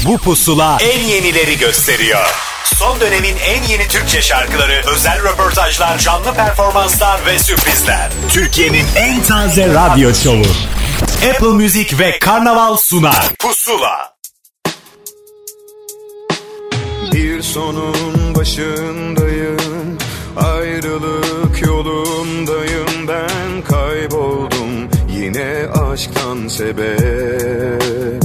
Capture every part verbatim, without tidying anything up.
Bu pusula en yenileri gösteriyor. Son dönemin en yeni Türkçe şarkıları, özel röportajlar, canlı performanslar ve sürprizler. Türkiye'nin en taze radyo şovu. Apple Music ve Karnaval sunar. Pusula. Bir sonun başındayım, ayrılık yolundayım, ben kayboldum yine aşktan sebep.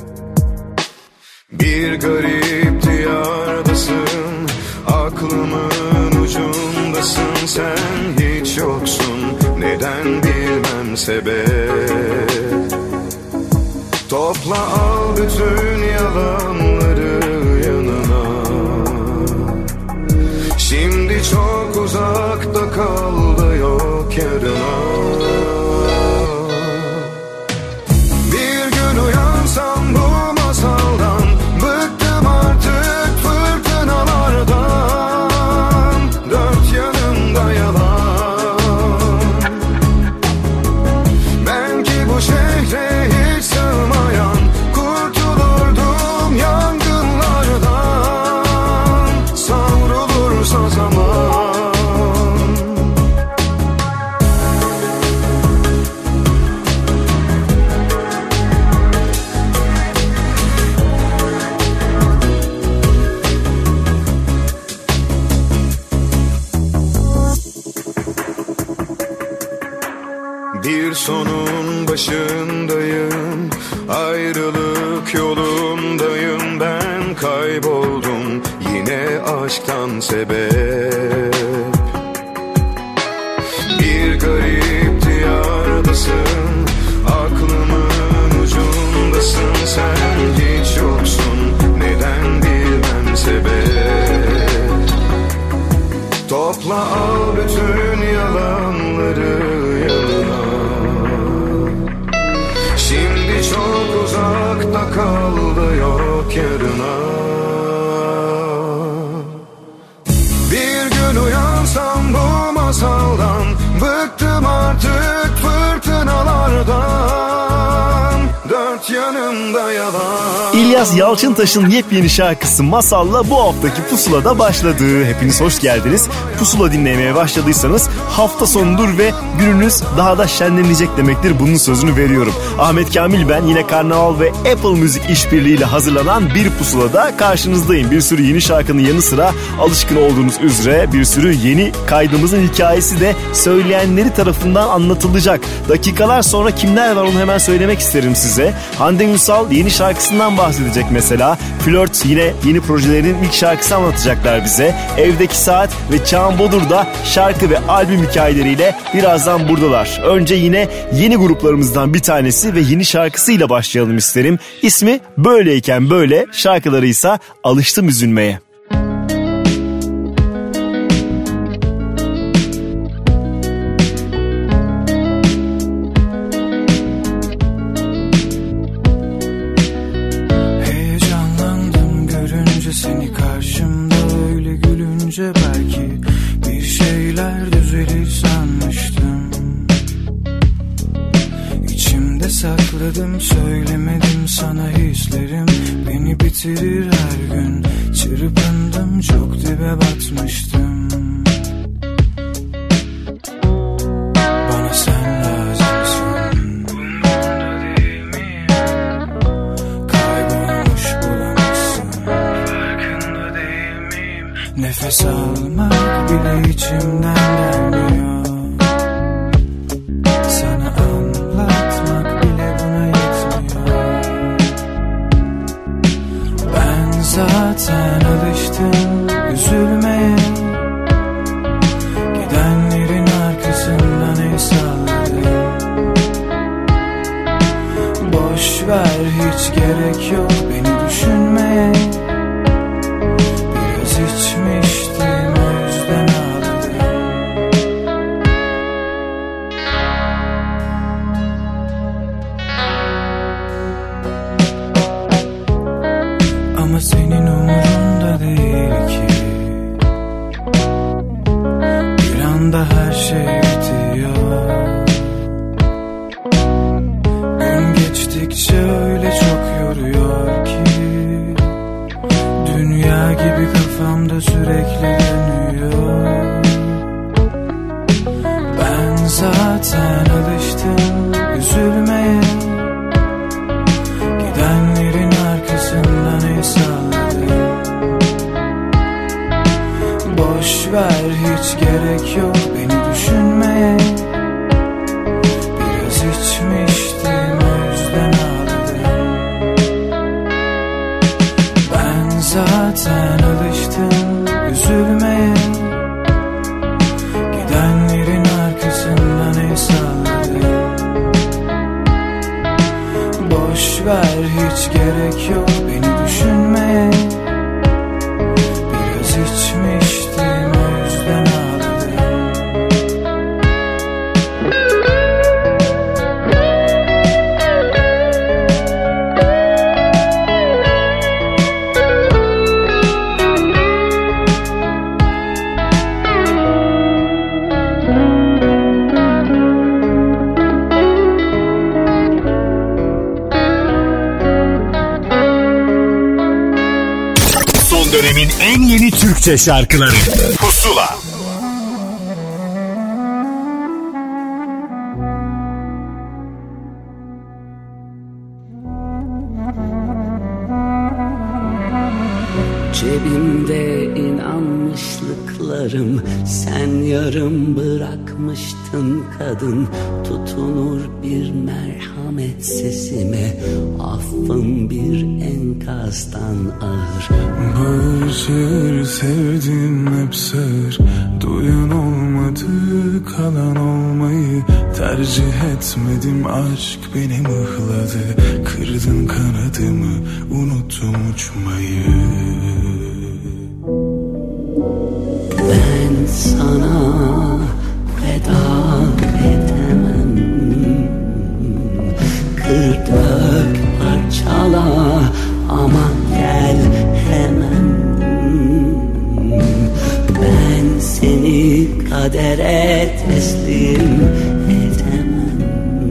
Bir garip diyardasın, aklımın ucundasın, sen hiç yoksun, neden bilmem sebep. Topla al bütün yalanları yanına, şimdi çok uzakta kaldı, yok yarına. Bir gün uyansam bu masaldan, bıktım artık fırtınalardan, dört yanımda yalan. Ben ki bu şehre hiç sığmayan, kurtulurdum yangınlardan, savrulursa zaman. Bir sonun başındayım, ayrılık yolundayım, ben kayboldum yine aşktan sebep. Bir garip diyardasın, aklımın ucundasın, sen hiç yoksun, neden bilmem sebep. Topla al bütün yalanları yanına, şimdi çok uzakta kaldı, yok yarına. Bir gün uyansam bu masaldan, bıktım artık fırtınalardan, dört yanımda yalan. İlyas Yalçıntaş'ın yepyeni şarkısı Masal'la bu haftaki Pusula'da başladı. Hepiniz hoş geldiniz. Pusula dinlemeye başladıysanız hafta sonudur ve gününüz daha da şenlenecek demektir. Bunun sözünü veriyorum. Ahmet Kamil ben, yine Karnaval ve Apple Music işbirliğiyle hazırlanan bir Pusula'da karşınızdayım. Bir sürü yeni şarkının yanı sıra alışkın olduğunuz üzere bir sürü yeni kaydımızın hikayesi de söyleyenleri tarafından anlatılacak. Dakikalar sonra kimler var onu hemen söylemek isterim size. Hande Ünsal yeni şarkısından bahsedecek mesela. Flört yine yeni projelerin ilk şarkısı anlatacaklar bize. Evdeki Saat ve Çağan Bodur da şarkı ve albüm hikayeleriyle birazdan buradalar. Önce yine yeni gruplarımızdan bir tanesi ve yeni şarkısıyla başlayalım isterim. İsmi Böyleyken Böyle, şarkıları ise Alıştım Üzülmeye. Belki bir şeyler düzelir sanmıştım. İçimde sakladım, söylemedim sana hislerim beni bitirir her gün. Çırpındım, çok dibe batmıştım. Bana sen lazımsın, umurumda değil miyim? Kaybolmuş bulamazsın, farkında değil miyim? Nefes almak bile içimden gelmiyor. Sana anlatmak bile buna yetmiyor. Ben zaten alıştım üzülmeye. Gidenlerin arkasından el salladım. Boş ver, hiç gerek yok beni düşünmeye. Biraz içmiştim, o yüzden ağladım. Ama senin umurunda değil ki. Bir anda her şey bitiyor. Gün geçtikçe öyle çok yoruyor ki. sürekli dönüyor. Ben zaten alıştım üzülmeye, gidenlerin arkasından el salladım. Boş ver, hiç gerek yok beni düşünmeye. Biraz içmiştim, o yüzden ağladım. Ben zaten alıştım üzülmeye, gidenlerin arkasından el salladım. Boş ver, hiç gerek yok beni düşünmeye. Biraz içmiştim, o yüzden ağladım. Dönemin en yeni Türkçe şarkıları Pusula. Cebimde inanmışlıklarım, sen yarım bırakmıştın kadın. Tutunur bir merhamet sesime, affın bir enkazdan ağır. Bağışır sevdim hep sır, duyan olmadı kalan olmayı. Tercih etmedim, aşk beni mıhladı. Kırdın kanadımı, unuttum uçmayı. Ben sana veda edemem. Kır dök parçala ama gel hemen. Ben seni kadere teslim edemem.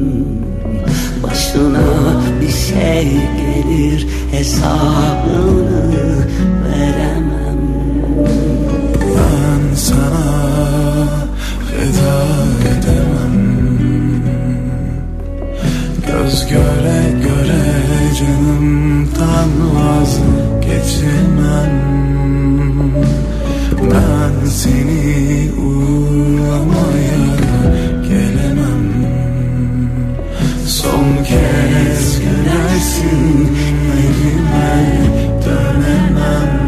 Başına bir şey gelir, hesabını veremem. Ben sana veda edemem. Göz göre göre canımdan vazgeçemem. Ben seni uğurlamaya gelemem. Son kez gülersin, evime dönemem.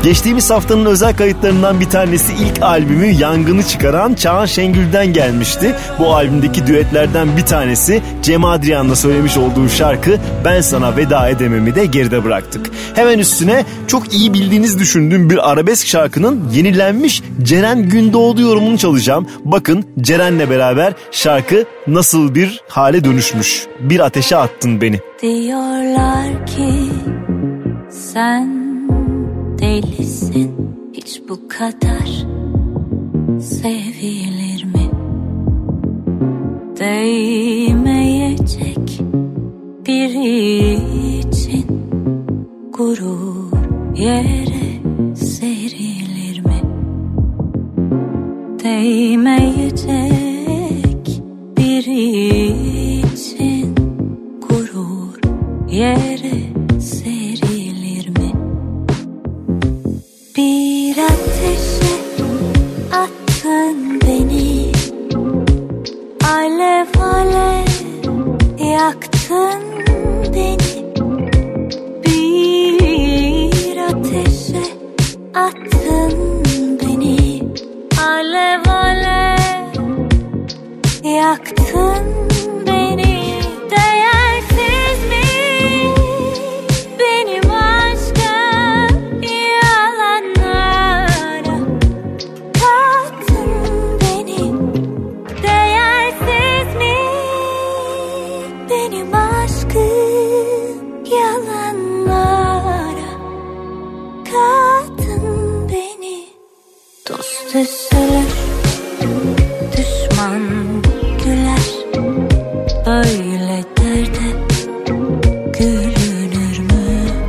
Geçtiğimiz haftanın özel kayıtlarından bir tanesi ilk albümü Yangın'ı çıkaran Çağan Şengül'den gelmişti. Bu albümdeki düetlerden bir tanesi Cem Adrian'la söylemiş olduğu şarkı Ben Sana Veda Edemem'i de geride bıraktık. Hemen üstüne çok iyi bildiğiniz düşündüğüm bir arabesk şarkının yenilenmiş Ceren Gündoğdu yorumunu çalacağım. Bakın Ceren'le beraber şarkı nasıl bir hale dönüşmüş. Bir ateşe attın beni. Diyorlar ki sen delisin, hiç bu kadar sevilir mi? Değmeyecek biri için gurur yere serilir mi? Değmeyecek biri için gurur yere serilir mi? Bir ateşe attın beni, alev alev yaktın beni. Bir ateşe attın beni, alev alev yaktın beni. Değersiz mi benim aşkım, yalanlara kattın beni. Değersiz mi benim aşkım, yalanlara kattın beni. Dost üzülür, düşman güler, böyle derde gülünür mü?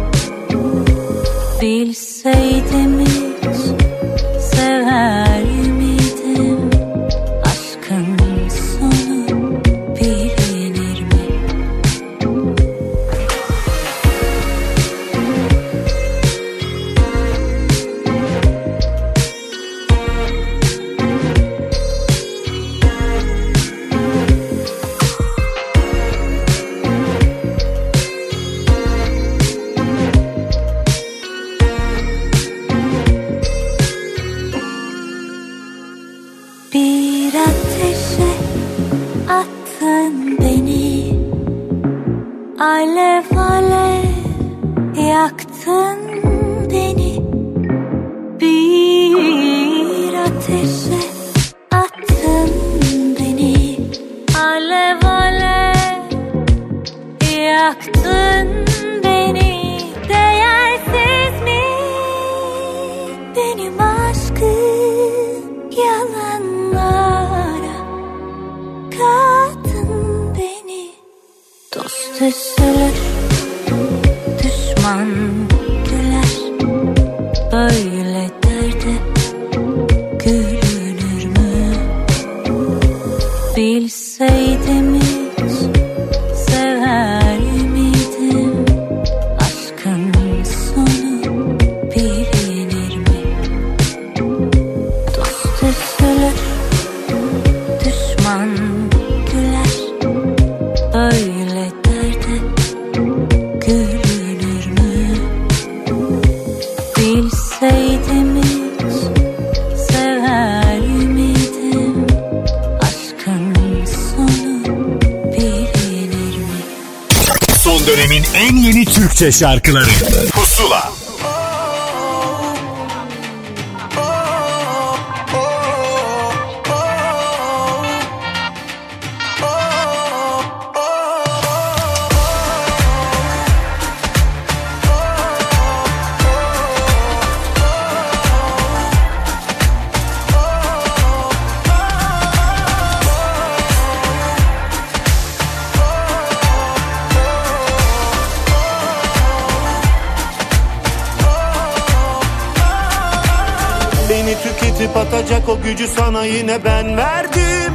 Bilseydim hiç sever miydim, aşkın sonu bilinir mi? Bir ateşe attın beni, alev alev yaktın beni. Bir ateşe attın beni, alev alev yaktın beni. Değersiz mi benim aşkım, yalanlara kattın beni. Dost üzülür, düşman güler, böyle derde gülünür mü? Bilseydim hiç sever miydim, aşkın sonu bilinir mi? Dost üzülür, düşman güler, böyle derde gülünür mü? Bilseydim hiç sever miydim, aşkın sonu bilinir mi? Son dönemin en yeni Türkçe şarkıları Pusula. Beni tüketip atacak o gücü sana yine ben verdim.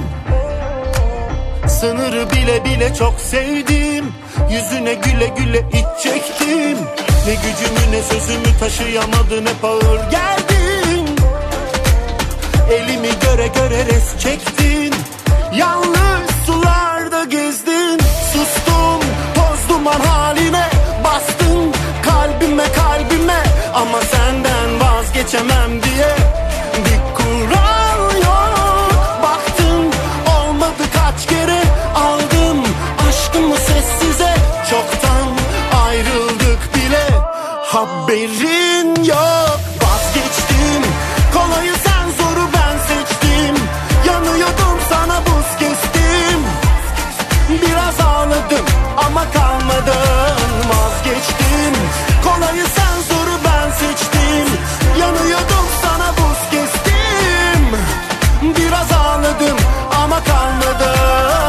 Sınırı bile bile çok sevdim. Yüzüne güle güle iç çektim. Ne gücümü ne sözümü taşıyamadın, hep ağır geldin. Elimi göre göre res çektin. Yalnız sularda gezdin. Sustum toz duman haline, bastın kalbime kalbime. Ama senden var vazgeçemem diye bir kural yok. Baktım olmadı kaç kere, aldım aşkımı sessize. Çoktan ayrıldık bile, haberin yok. Vazgeçtim, kolayı sen zoru ben seçtim. Yanıyordum sana buz kestim. Biraz ağladım ama kalmadım. Vazgeçtim, kolayı sen zoru ben seçtim. Yanıyordum sana buz kestim. Biraz ağladım ama kalmadım.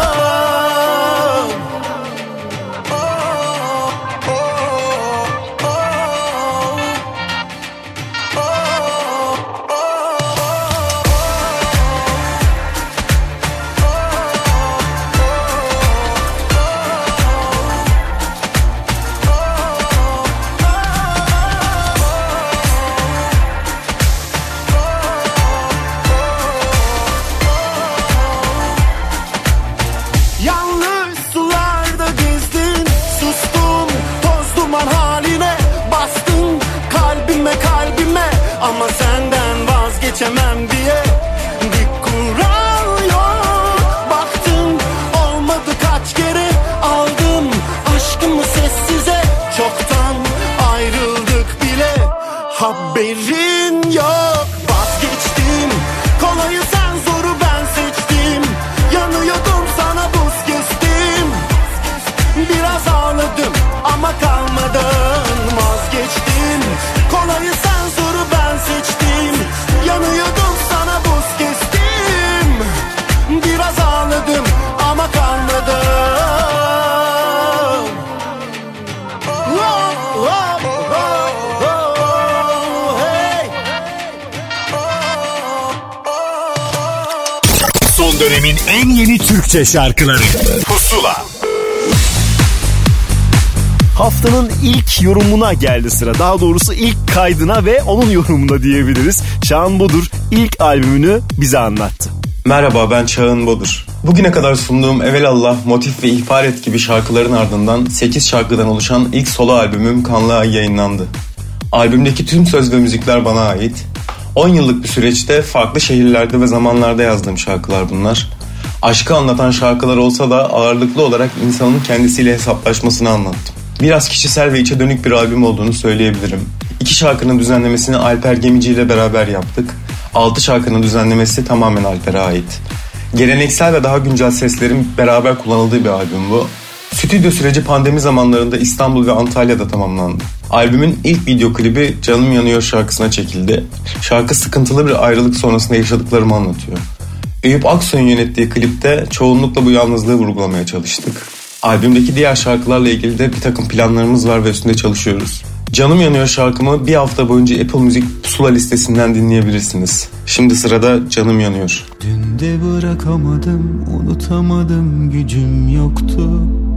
Yanlış sularda gezdin, sustum, toz duman haline. Bastın kalbime kalbime, ama senden vazgeçemem diye bir kural yok. Baktım olmadı kaç kere, aldım aşkımı sessize. Çoktan ayrıldık bile, haberin yok. Vazgeçtim, kolayı sen zoru ben seçtim. Yanıyordum sana buz kestim. Biraz ağladım ama kalmadım. Vazgeçtim, kolayı sen zoru ben seçtim. Yanıyordum sana buz kestim. Biraz ağladım ama kalmadım. Oh, oh, oh, oh, hey. Son dönemin en yeni Türkçe şarkıları Pusula. Haftanın ilk yorumuna geldi sıra. Daha doğrusu ilk kaydına ve onun yorumuna diyebiliriz. Çağan Bodur ilk albümünü bize anlattı. Merhaba, ben Çağan Bodur. Bugüne kadar sunduğum Evelallah, Motif ve İhbar Et gibi şarkıların ardından sekiz şarkıdan oluşan ilk solo albümüm Kanlı Ay yayınlandı. Albümdeki tüm söz ve müzikler bana ait. on yıllık bir süreçte farklı şehirlerde ve zamanlarda yazdığım şarkılar bunlar. Aşkı anlatan şarkılar olsa da ağırlıklı olarak insanın kendisiyle hesaplaşmasını anlattım. Biraz kişisel ve içe dönük bir albüm olduğunu söyleyebilirim. İki şarkının düzenlemesini Alper Gemici ile beraber yaptık. Altı şarkının düzenlemesi tamamen Alper'e ait. Geleneksel ve daha güncel seslerin beraber kullanıldığı bir albüm bu. Stüdyo süreci pandemi zamanlarında İstanbul ve Antalya'da tamamlandı. Albümün ilk video klibi Canım Yanıyor şarkısına çekildi. Şarkı sıkıntılı bir ayrılık sonrasında yaşadıklarımı anlatıyor. Eyüp Aksoy'un yönettiği klipte çoğunlukla bu yalnızlığı vurgulamaya çalıştık. Albümdeki diğer şarkılarla ilgili de bir takım planlarımız var ve üstünde çalışıyoruz. Canım Yanıyor şarkımı bir hafta boyunca Apple Müzik Pusula listesinden dinleyebilirsiniz. Şimdi sırada Canım Yanıyor. Dün de bırakamadım, unutamadım, gücüm yoktu.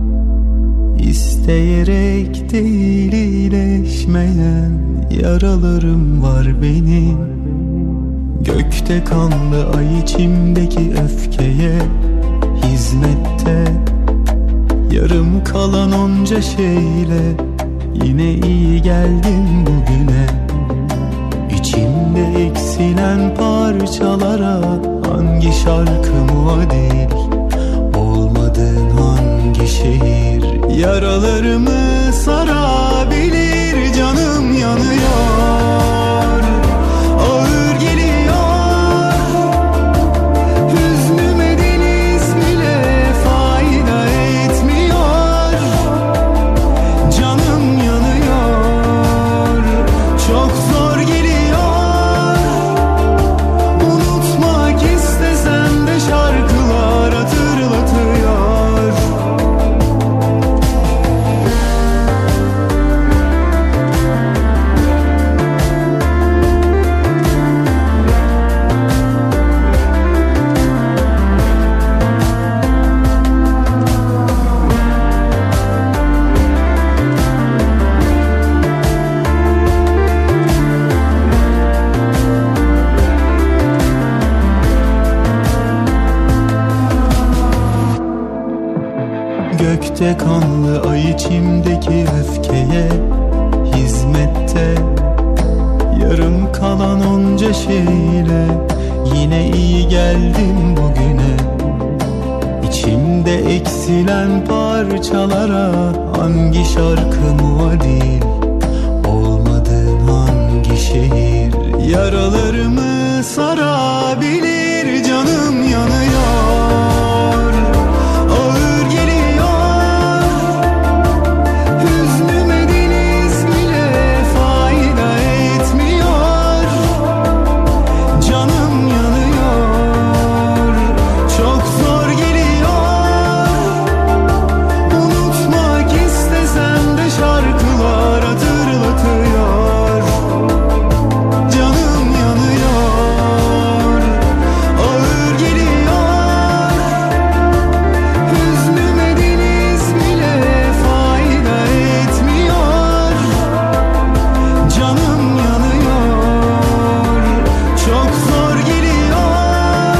İsteyerek değil, iyileşmeyen yaralarım var benim. Gökte kanlı ay, içimdeki öfkeye hizmette. Yarım kalan onca şeyle yine iyi geldim bugüne. İçimde eksilen parçalara hangi şarkı muadil? Olmadığın hangi şehir yaralarımı sarabilir? Canım yanıyor, ağır geliyor, hüznüme deniz bile fayda etmiyor. Canım yanıyor, çok zor geliyor, unutmak istesem de şarkılar hatırlatıyor. neşeyle yine iyi geldin bugüne. İçimde eksilen parçalara hangi şarkı muadil, olmadığın hangi şehir yaralarımı sarabilir. Canım yanıyor, ağır geliyor, hüznüme deniz bile fayda etmiyor. Canım yanıyor, çok zor geliyor, unutmak istesem de şarkılar hatırlatıyor. Canım yanıyor, ağır geliyor, hüznüme deniz bile fayda etmiyor. Canım yanıyor, çok zor geliyor,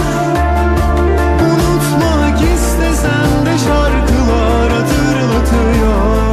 unutmak istesem de şarkılar hatırlatıyor.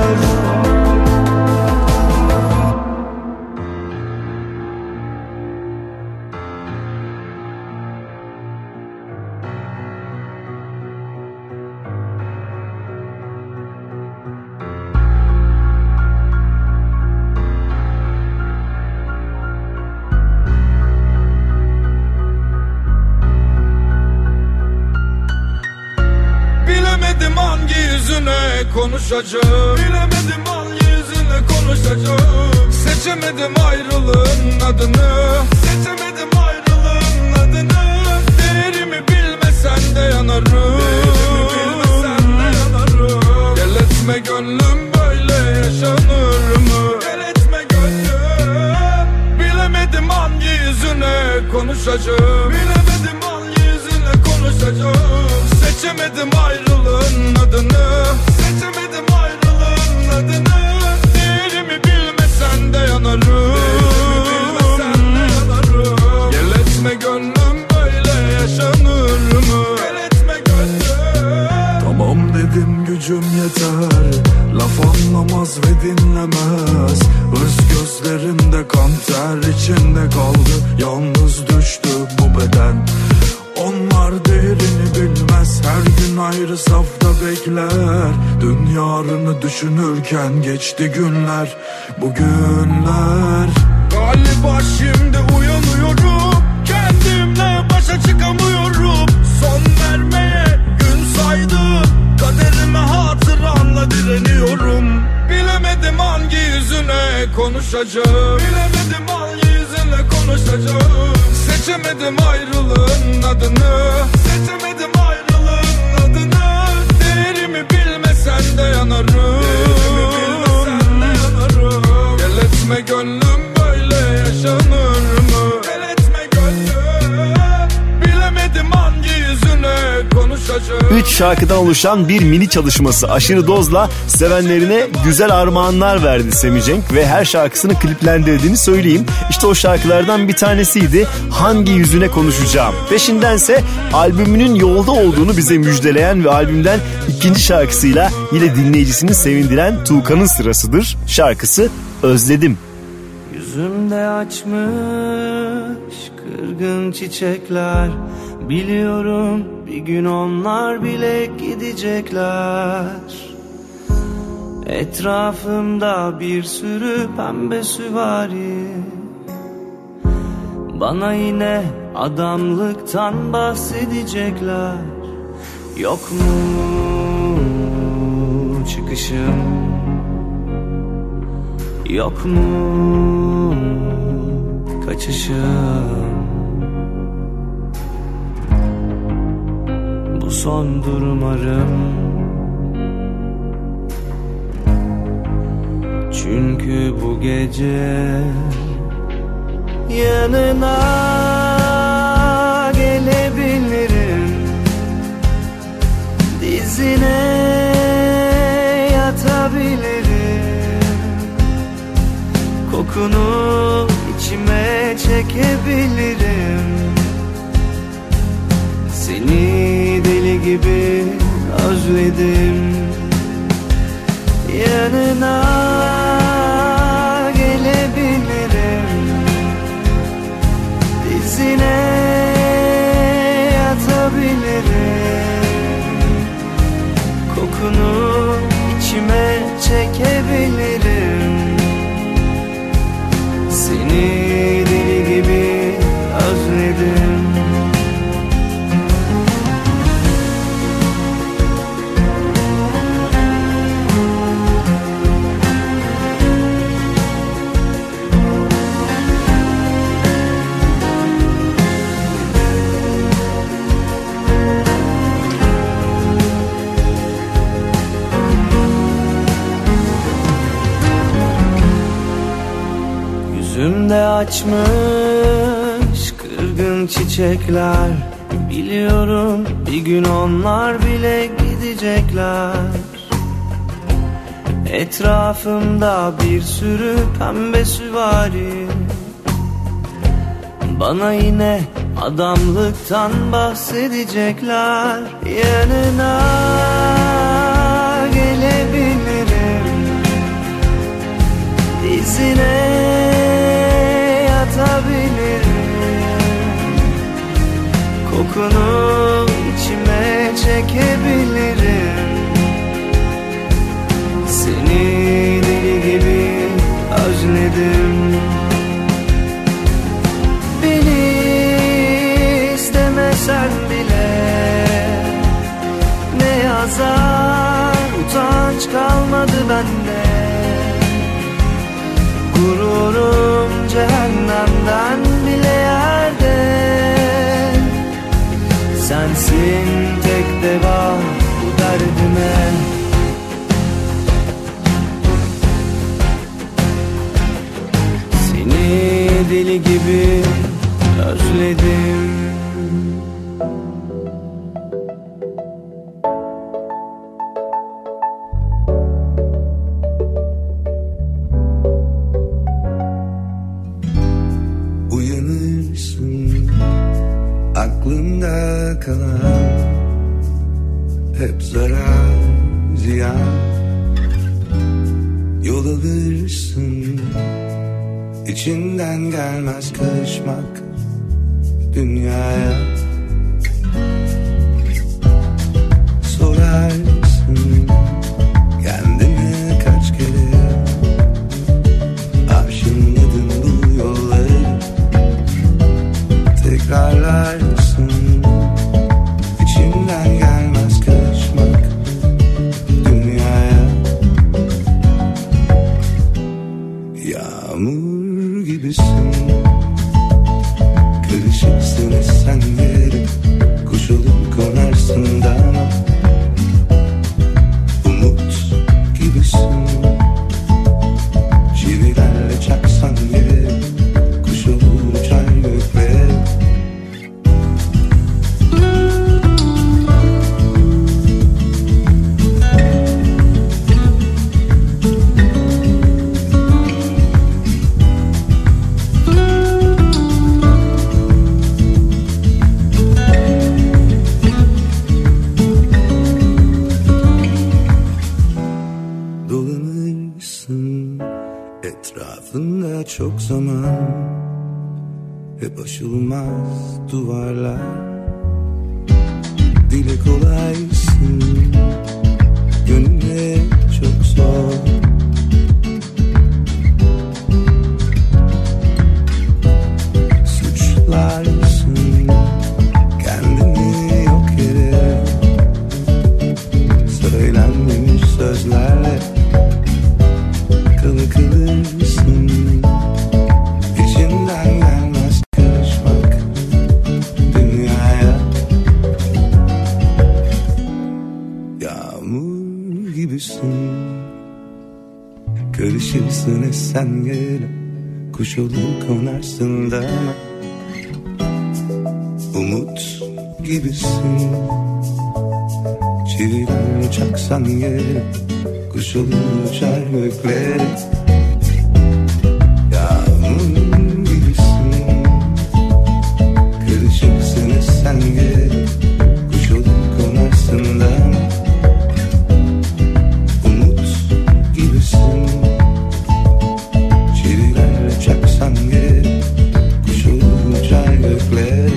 Bilemedim hangi yüzüne konuşacağım, bilemedim hangi yüzüne konuşacağım. Seçemedim ayrılığın adını, seçemedim ayrılığın adını. Değerimi bilmesen de yanarım, değerimi bilmesen de yanarım. Gel etme gönlüm böyle yaşanır mı? Gel etme gönlüm. Bilemedim hangi yüzüne konuşacağım, bilemedim hangi yüzüne konuşacağım. Seçemedim ayrılığın adını, seçemedim ayrılığın adını. Değerimi bilmesen de yanarım, değerimi bilmesen de yanarım. Gel etme gönlüm böyle yaşanır mı? Gel etme gönlüm. Tamam dedim gücüm yeter, laf anlamaz ve dinlemez. Hırs gözlerinde kan ter içinde kaldı, yalnız düştü bu beden. Onlar değerini bilmez, her gün ayrı safta bekler. Dün yarını düşünürken geçti günler, bugünler. Galiba şimdi uyanıyorum, kendimle başa çıkamıyorum. Son vermeye gün saydım, kaderime hatıranla direniyorum. Bilemedim hangi yüzüne konuşacağım, bilemedim hangi yüzüne konuşacağım. Seçemedim ayrılığın adını, seçemedim ayrılığın adını. Değerimi bilmesen de yanarım, değerimi bilmesen de yanarım. Gel etme gönlüm böyle yaşanır mı? Gel etme gönlüm. Bilemedim hangi yüzüne konuşacağım. Üç şarkıdan oluşan bir mini çalışması aşırı dozla sevenlerine güzel armağanlar verdi Semih Cenk ve her şarkısını kliplendirdiğini söyleyeyim. İşte o şarkılardan bir tanesiydi Hangi Yüzüne Konuşacağım. Peşindense albümünün yolda olduğunu bize müjdeleyen ve albümden ikinci şarkısıyla yine dinleyicisini sevindiren Tuğkan'ın sırasıdır. Şarkısı Özledim. Yüzümde açmış kırgın çiçekler, biliyorum bir gün onlar bile gidecekler. Etrafımda bir sürü pembe süvari, bana yine adamlıktan bahsedecekler. Yok mu çıkışım, yok mu kaçışım? Bu sondur umarım, çünkü bu gece yanına gelebilirim, dizine yatabilirim, kokunu içime çekebilirim, seni deli gibi özledim. Yanına gelebilirim, Yüzümde açmış kırgın çiçekler. Biliyorum bir gün onlar bile gidecekler. Etrafımda bir sürü pembe süvari. Bana yine adamlıktan bahsedecekler. Yanına gelebilirim, dizine yatabilirim, kokunu içime çekebilirim. Seni deli gibi özledim. Beni istemesen bile ne yazar, utanç kalmadı bende. Gururum cehennemden bile yerde. Sensin tek deva bu derdime. Seni deli gibi özledim. Uyanırsın aklında kalan hep zarar ziyan. Yol alırsın, İçinden gelmez karışmak dünyaya. Sorarsın kendine kaç kere aşınladın bu yolları. Tekrarlarsın, içinden gelmez karışmak dünyaya. Yağmur gibisin, karışıksın esen yere, kuş olup konarsın dama. Umut gibisin, çivilerle çaksan yere, kuş olur uçar göklere. Etrafında çok zaman, hep aşılmaz duvarlar. Dile kolaysın, gönlüne çok zor. Suçlarsın kendini yok yere, söylenmemiş sözlerle kılı kılırsın. İçinden gelmez karışmak dünyaya. Yağmur gibisin, karışırsın esen yere, kuş olur konarsın dama. Umut gibisin, çivilerle çaksan yere, kuş olur uçar göklere. Yağmur gibisin, karışıksın esen yere, kuş olur konarsın dama. Umut gibisin, çivilerle çaksan yere, kuş olur uçar göklere.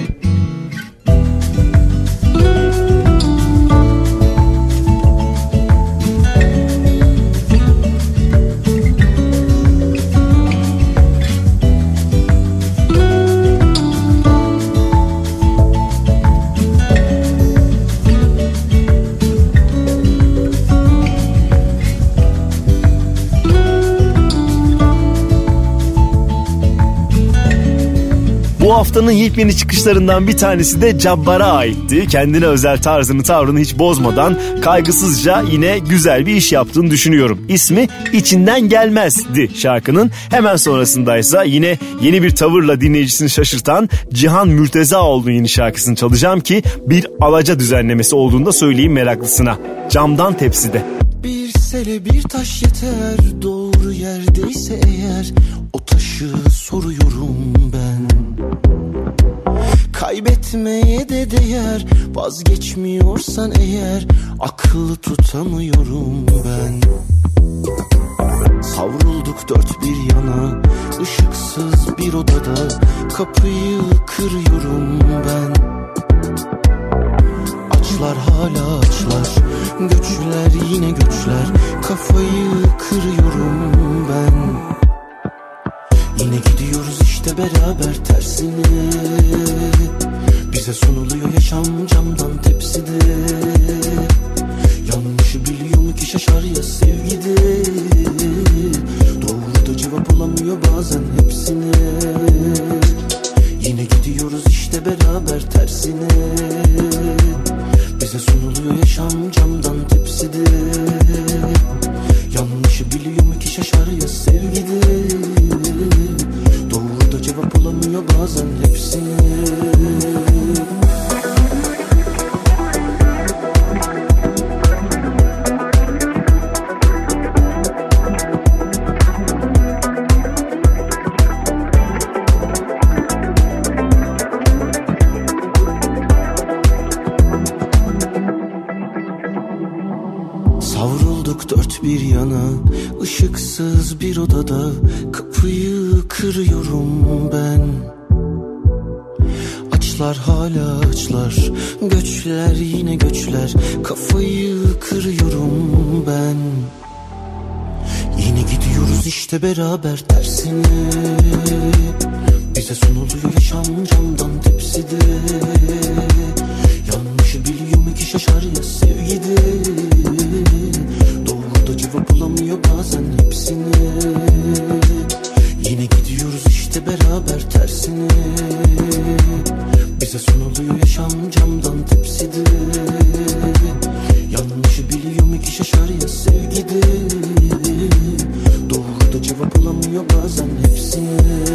Bu haftanın yepyeni çıkışlarından bir tanesi de Cabbar'a aitti. Kendine özel tarzını tavrını hiç bozmadan kaygısızca yine güzel bir iş yaptığını düşünüyorum. İsmi İçinden Gelmez'di şarkının. Hemen sonrasındaysa yine yeni bir tavırla dinleyicisini şaşırtan Cihan Mürtezaoğlu'nun yeni şarkısını çalacağım ki bir Alaca düzenlemesi olduğunu da söyleyeyim meraklısına. Camdan Tepside. Bir sele bir taş yeter, doğru yerdeyse eğer o taşı soruyorum ben. Kaybetmeye de değer, vazgeçmiyorsan eğer akıllı tutamıyorum ben. Savrulduk dört bir yana, ışıksız bir odada kapıyı kırıyorum ben. Açlar hala açlar, göçler yine göçler, kafayı kırıyorum ben. Yine gidiyoruz işte beraber tersine, bize sunuluyor yaşam camdan tepside. Yanlışı biliyor mu ki şaşar ya sevgide, doğru da cevap olamıyor bazen hepsine. Yine gidiyoruz işte beraber tersine, bize sunuluyor yaşam camdan tepside. Yanlışı biliyor mu ki şaşar ya sevgide, doğru da cevap olamıyor bazen hepsine. Savrulduk dört bir yana, ışıksız bir odada kapıyı kırıyorum ben. Açlar hala açlar, göçler yine göçler, kafayı kırıyorum ben. Yine gidiyoruz işte beraber tersine, bize sunuluyor yaşam camdan tepside. Yanlışı biliyor mu ki şaşar ya sevgide, doğru da cevap olamıyor bazen hepsine. Yine gidiyoruz işte beraber tersine, bize sunuluyor yaşam camdan tepside. Yanlışı biliyor mu ki şaşar ya sevgide, doğru da cevap olamıyor bazen hepsine.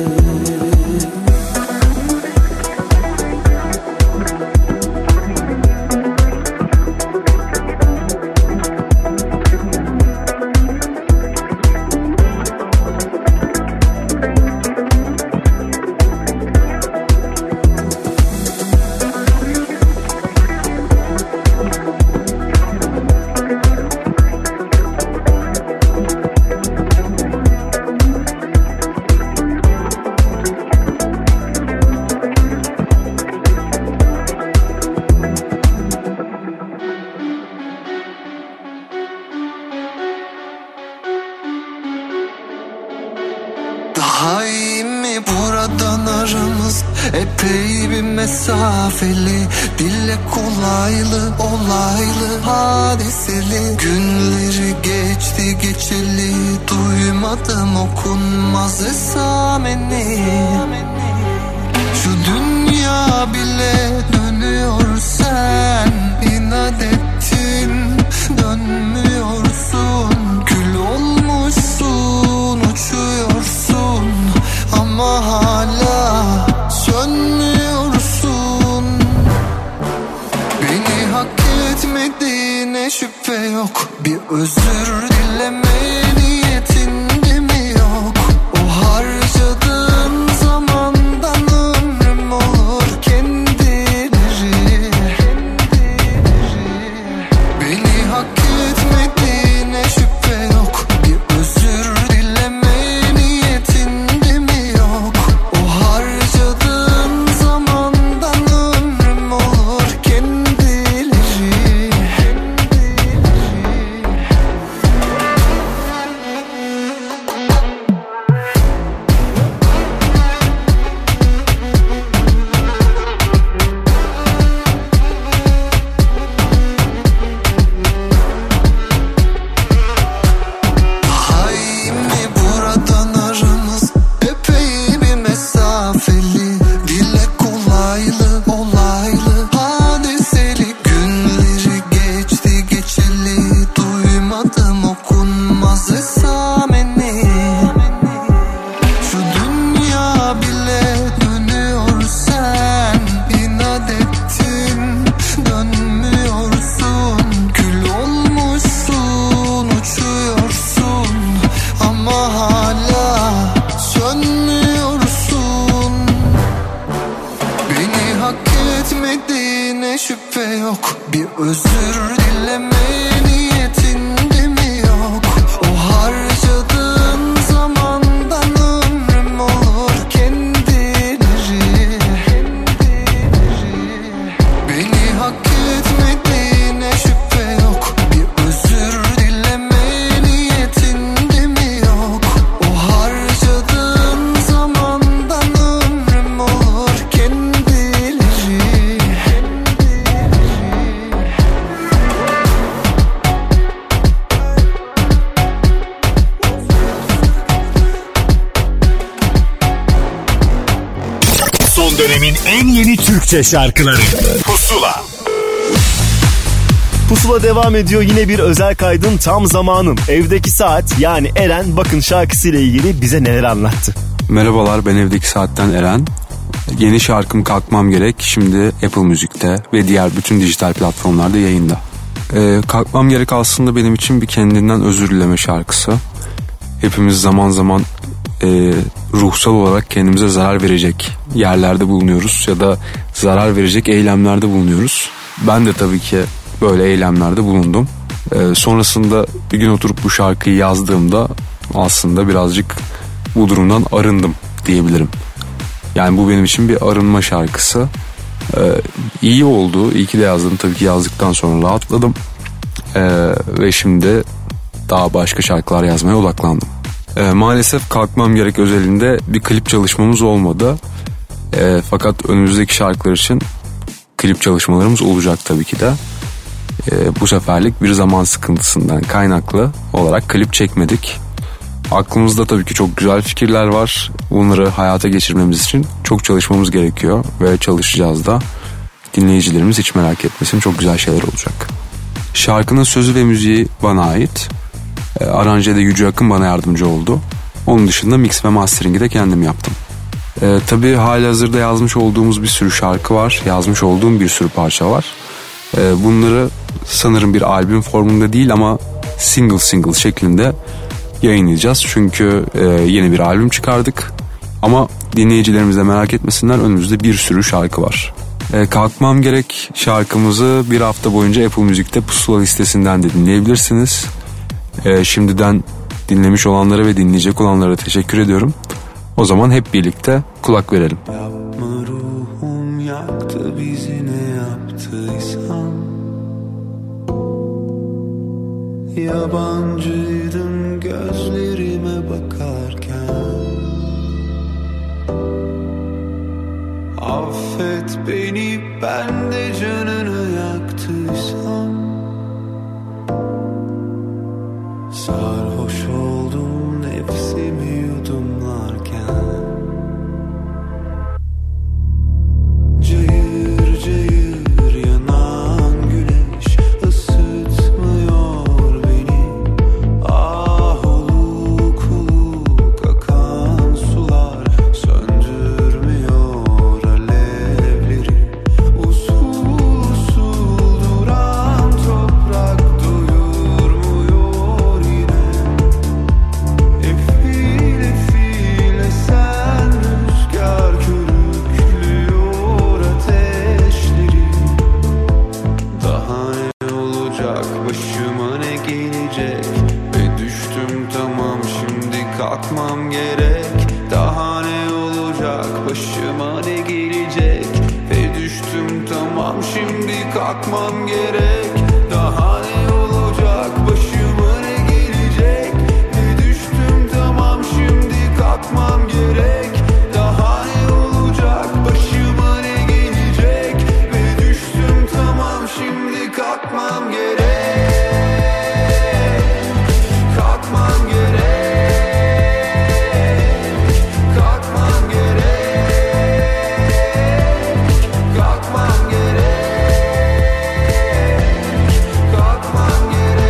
Daha iyi mi buradan aramız epey bir mesafeli, dille kolaylı olaylı hadiseli. Günleri geçti geçeli, duymadım okunmaz esameni. Şu dünya bile dönüyor, sen inat ettin dönmüyorsun. Gül olmuşsun uçuyorsun ama hala sönmüyorsun. Beni hak etmediğine şüphe yok, bir özür dileme niyetinde mi yok? O harcadığın zamandan ömrüm olur kendileri. Beni hak etmediğine şüphe yok, bir özür dileme niyetinde mi yok? O harcadığın zamandan ömrüm olur kendileri. özür dileme niyetin mi yok? O harcadığın zamandan ömrüm olur kendileri. Beni hak etmediğine şüphe yok. Bir özür dileme niyetin mi yok? O harcadığın zamandan ömrüm olur kendileri. Son dönemin en yeni Türkçe şarkıları Pusula. Pusula devam ediyor. Yine bir özel kaydın tam zamanım. Evdeki Saat, yani Eren bakın şarkısıyla ilgili bize neler anlattı. Merhabalar, ben Evdeki Saat'ten Eren. Yeni şarkım Kalkmam Gerek şimdi Apple Müzik'te ve diğer bütün dijital platformlarda yayında. Ee, Kalkmam Gerek aslında benim için bir kendinden özür dileme şarkısı. Hepimiz zaman zaman e, ruhsal olarak kendimize zarar verecek yerlerde bulunuyoruz ya da zarar verecek eylemlerde bulunuyoruz. Ben de tabii ki böyle eylemlerde bulundum. Ee, sonrasında bir gün oturup bu şarkıyı yazdığımda aslında birazcık bu durumdan arındım diyebilirim. Yani bu benim için bir arınma şarkısı. Ee, iyi oldu. İyi ki de yazdım. Tabii ki yazdıktan sonra rahatladım. Ee, ve şimdi daha başka şarkılar yazmaya odaklandım. Ee, maalesef Kalkmam Gerek özelinde bir klip çalışmamız olmadı. Ee, fakat önümüzdeki şarkılar için klip çalışmalarımız olacak tabii ki de. Ee, bu seferlik bir zaman sıkıntısından kaynaklı olarak klip çekmedik. Aklımızda tabii ki çok güzel fikirler var. Bunları hayata geçirmemiz için çok çalışmamız gerekiyor ve çalışacağız da. Dinleyicilerimiz hiç merak etmesin, çok güzel şeyler olacak. Şarkının sözü ve müziği bana ait. E, aranjede Yüce Akın bana yardımcı oldu. Onun dışında mix ve mastering'i de kendim yaptım. E, tabii halihazırda yazmış olduğumuz bir sürü şarkı var. Yazmış olduğum bir sürü parça var. E, bunları sanırım bir albüm formunda değil ama single single şeklinde yayınlayacağız. Çünkü e, yeni bir albüm çıkardık. Ama dinleyicilerimiz de merak etmesinler, önümüzde bir sürü şarkı var. E, Kalkmam Gerek şarkımızı bir hafta boyunca Apple Müzik'te Pusula listesinden de dinleyebilirsiniz. E, şimdiden dinlemiş olanlara ve dinleyecek olanlara teşekkür ediyorum. O zaman hep birlikte kulak verelim. Yapma ruhum yaktı bizi ne yaptıysam. Yabancıydım gözlerime bakarken. Affet beni, ben de canını yaktıysam. Sarhoş oldum nefsimi yudumlarken. Cayır cayır yanan güneş ısıtmıyor beni. Ah oluk oluk akan sular söndürmüyor alevleri. Usul usul duran toprak doyurmuyor yine. Efil efil esen rüzgar körüklüyor ateşleri. Daha ne olacak, başıma ne gelecek? Ve düştüm tamam, şimdi kalkmam gerek. Daha ne olacak, başıma ne gelecek? Ve düştüm tamam, şimdi kalkmam gerek. Daha ne olacak, başıma ne gelecek? Ve düştüm tamam, şimdi kalkmam gerek. Daha ne olacak, başıma ne gelecek? Ve düştüm tamam, şimdi kalkmam gerek. Kalkmam gerek. Kalkmam gerek. Kalkmam gerek. Kalkmam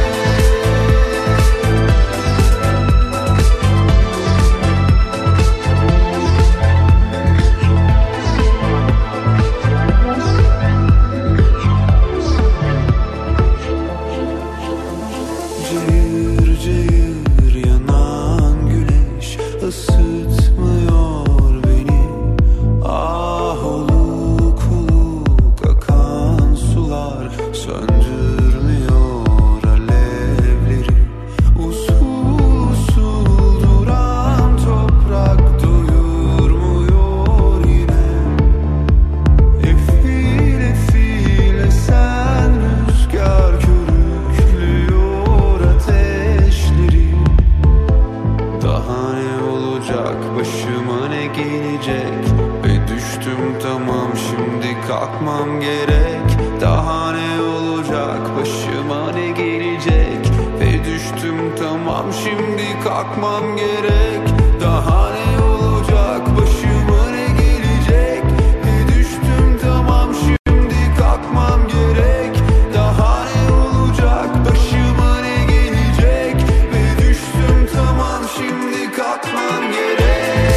Cayır cayır yanan güneş ısıtmıyor beni. Ah oluk oluk akan sular söndürmüyor başıma ne gelecek? Ve düştüm tamam şimdi kalkmam gerek. Daha ne olacak başıma ne gelecek? Ve düştüm tamam şimdi kalkmam gerek. Daha ne olacak başıma ne gelecek? Ve düştüm tamam şimdi kalkmam gerek. Daha ne olacak başıma ne gelecek? Ve düştüm tamam şimdi kalkmam gerek.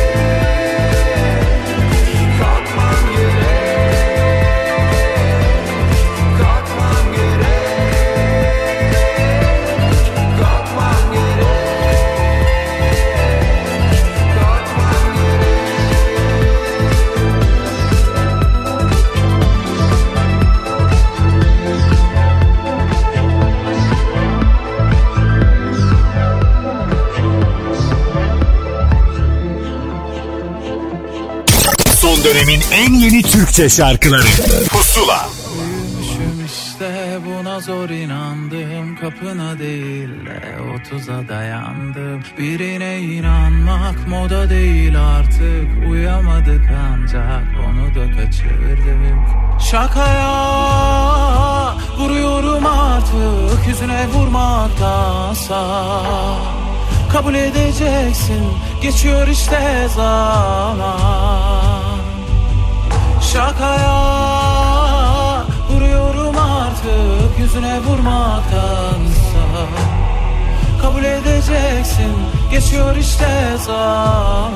Son dönemin en yeni Türkçe şarkıları Pusula. Büyümüşüm işte buna zor inandım. Kapına değil de otuza dayandım. Birine inanmak moda değil artık. Uyamadık ancak onu da kaçırdık. Şakaya vuruyorum artık. Yüzüne vurmaktansa kabul edeceksin. Geçiyor işte zaman. Şakaya vuruyorum artık. Yüzüne vurmaktansa kabul edeceksin. Geçiyor işte zaman.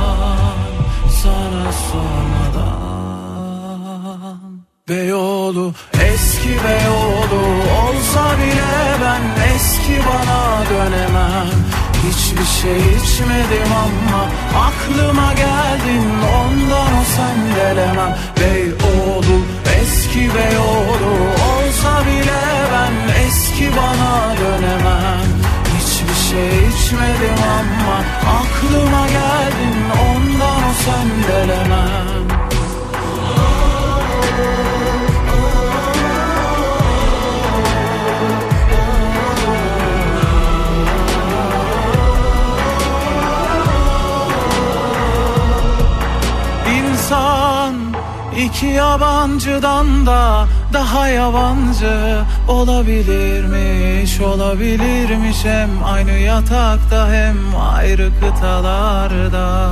Sana sormadan. Beyoğlu, eski Beyoğlu olsa bile ben eski bana dönemem. Hiçbir şey içmedim ama aklıma geldin, ondan o sendelemem. Beyoğlu, eski Beyoğlu olsa bile ben eski bana dönemem. Hiçbir şey içmedim ama aklıma geldin, ondan o sendelemem. İnsan iki yabancıdan da daha yabancı olabilirmiş, olabilirmiş. Hem aynı yatakta hem ayrı kıtalarda.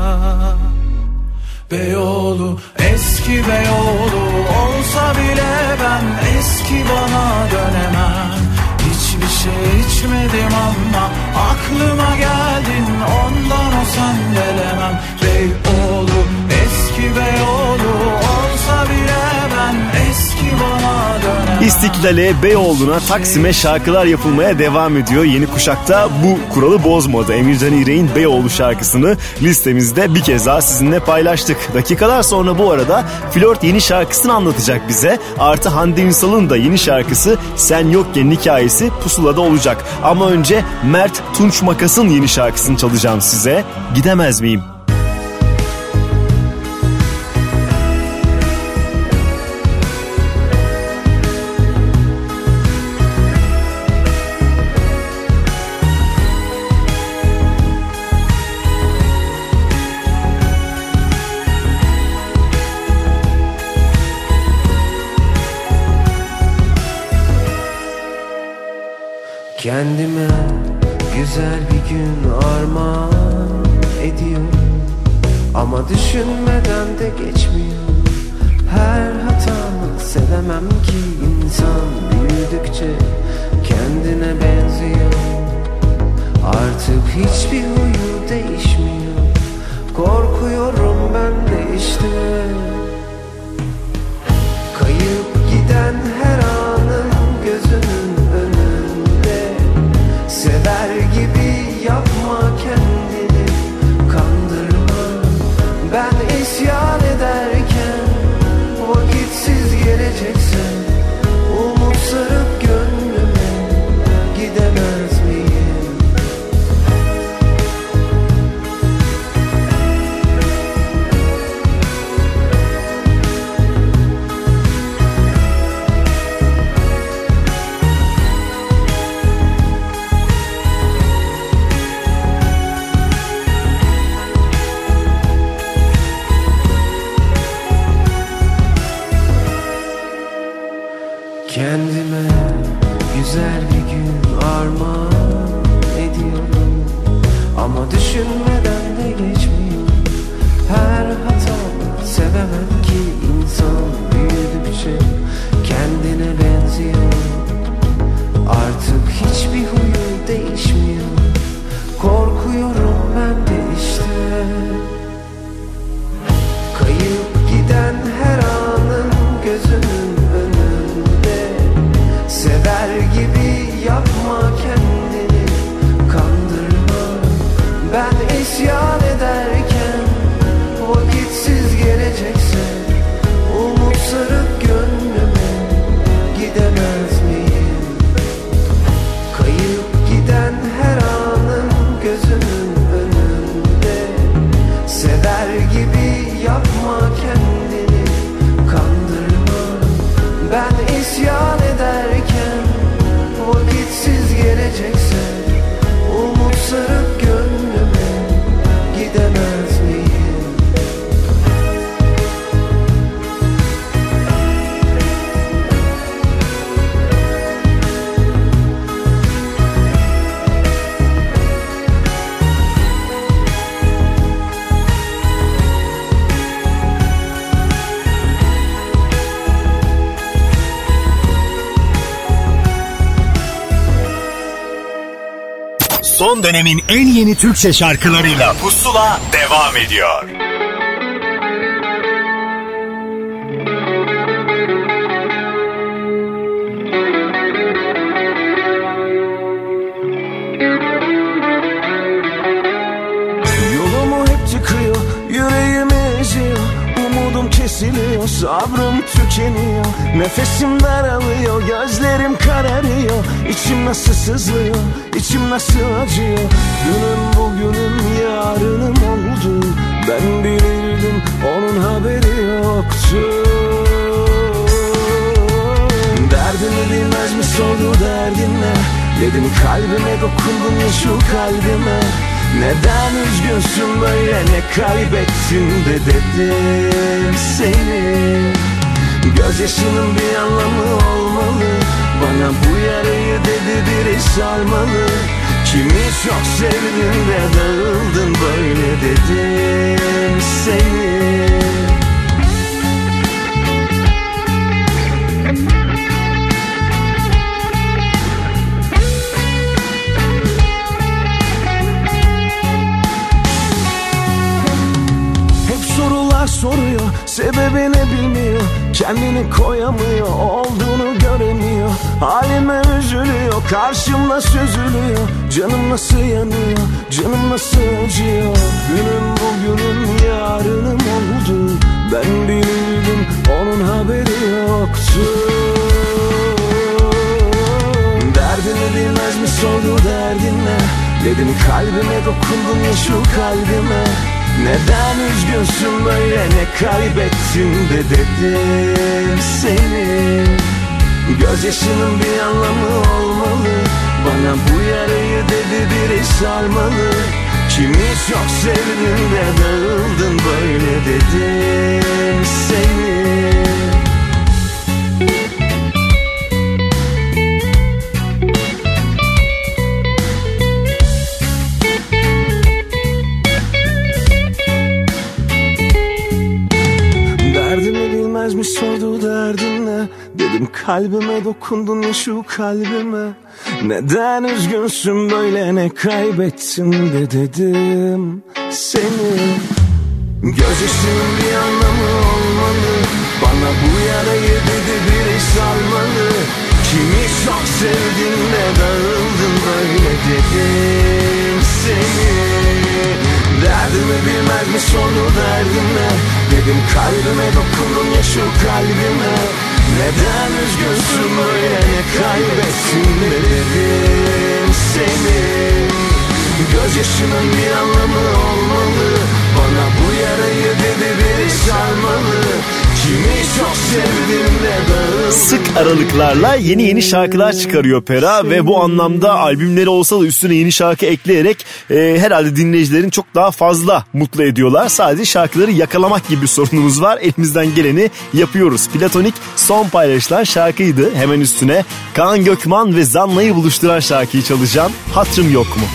Beyoğlu, eski Beyoğlu olsa bile ben eski bana dönemem. Hiçbir şey içmedim ama aklıma geldin, ondan o sendelemem. Beyoğlu, eski Beyoğlu olsa bile ben eski bana dönemem. İstiklal'e, Beyoğlu'na, Taksim'e şarkılar yapılmaya devam ediyor. Yeni kuşakta bu kuralı bozmadı. Emircan İğrek'in Beyoğlu şarkısını listemizde bir kez daha sizinle paylaştık. Dakikalar sonra bu arada Flört yeni şarkısını anlatacak bize. Artı Hande Ünsal'ın da yeni şarkısı Sen Yokken hikayesi Pusula'da olacak. Ama önce Mert Tunç Makas'ın yeni şarkısını çalacağım size. Gidemez miyim? Kendime güzel bir gün armağan ediyorum, ama düşünmeden de geçmiyor. Her hatamı sevemem ki, insan büyüdükçe kendine benziyor. Artık hiçbir huyu değişmiyor. Korkuyorum ben de işte. Kayıp giden her anın gözünün önünde. Sever gibi yapma kendini, kandırma. Ben isyan ederken vakitsiz geleceksen, umut sarıp gönlüme gidemez miyim? Sever gibi yapma kendini, kandırma. Ben isyan ederken vakitsiz gelecekse umut sarıp gönlüme gidemez miyim? Son dönemin en yeni Türkçe şarkılarıyla Pusula devam ediyor. Yolumu hep tıkıyor, yüreğimi eziyor. Umudum kesiliyor, sabrım tükeniyor. Nefesim daralıyor, gözlerim kararıyor. İçim nasıl sızlıyor, içim nasıl acıyor. Günüm bugünüm, yarınım oldu. Ben bilirdim, onun haberi yoktu. Derdimi bilmez mi sordu derdinle. Dedim kalbime dokundun ya şu kalbime. Neden üzgünsün böyle, ne kaybettin de dedim seni. Gözyaşının bir anlamı olmalı. Bana bu yarayı dedi biri sarmalı. Kimi çok sevdin de dağıldın böyle dedim seni. Soruyor, sebebini bilmiyor. Kendini koyamıyor, olduğunu göremiyor. Halime üzülüyor, karşımda süzülüyor. Canım nasıl yanıyor, canım nasıl acıyor. Günüm bugünüm, yarınım oldu. Ben bilirdim, onun haberi yoktu. Derdini bilmez mi sordu derdinle. Dedim kalbime dokundun ya şu kalbime. Neden üzgünsün böyle, ne kaybettin de dedim seni. Gözyaşının bir anlamı olmalı. Bana bu yarayı dedi biri sarmalı. Kimi çok sevdin de dağıldın böyle dedim seni. Mi sordu derdinle. Dedim kalbime dokundun ya şu kalbime. Neden üzgünsün böyle, ne kaybettin de dedim seni. Gözyaşının bir anlamı olmalı. Bana bu yarayı dedi biri sarmalı. Kimi çok sevdin de dağıldın böyle dedim seni. Derdimi bilmez mi sordu derdime. Dedim kalbime dokundun ya şu kalbime. Neden üzgünsün böyle, ne kaybettin de dedim seni. Gözyaşının bir anlamı olmalı. Bana bu yarayı dedi biri sarmalı. Kimi çok sevdim de dağıldım. Sık aralıklarla yeni yeni şarkılar çıkarıyor Pera ve bu anlamda albümleri olsa da üstüne yeni şarkı ekleyerek e, herhalde dinleyicilerin çok daha fazla mutlu ediyorlar. Sadece şarkıları yakalamak gibi bir sorunumuz var. Elimizden geleni yapıyoruz. Platonik son paylaşılan şarkıydı. Hemen üstüne Kaan Gökman ve Zanna'yı buluşturan şarkıyı çalacağım. Hatırım yok mu?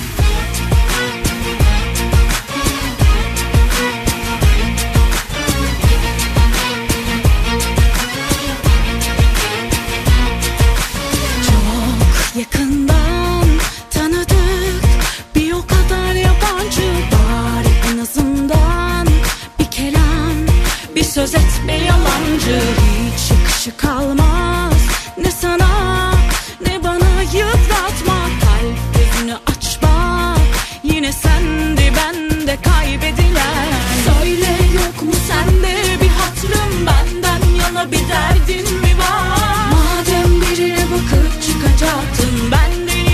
Yakından tanıdık, bir o kadar yabancı. Bari en azından bir kelam, bir söz etme yalancı. Hiç yakışı kalmaz ne sana ne bana yıpratma. Kalp gözünü aç bak, yine sende bende kaybedilen. Söyle yok mu sende bir hatırım, benden yana bir derdin mi var? Madem birine bakıp çıkacaktın, benden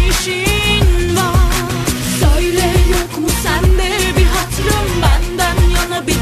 işin var. Söyle yok mu sende bir hatırım, benden yana bir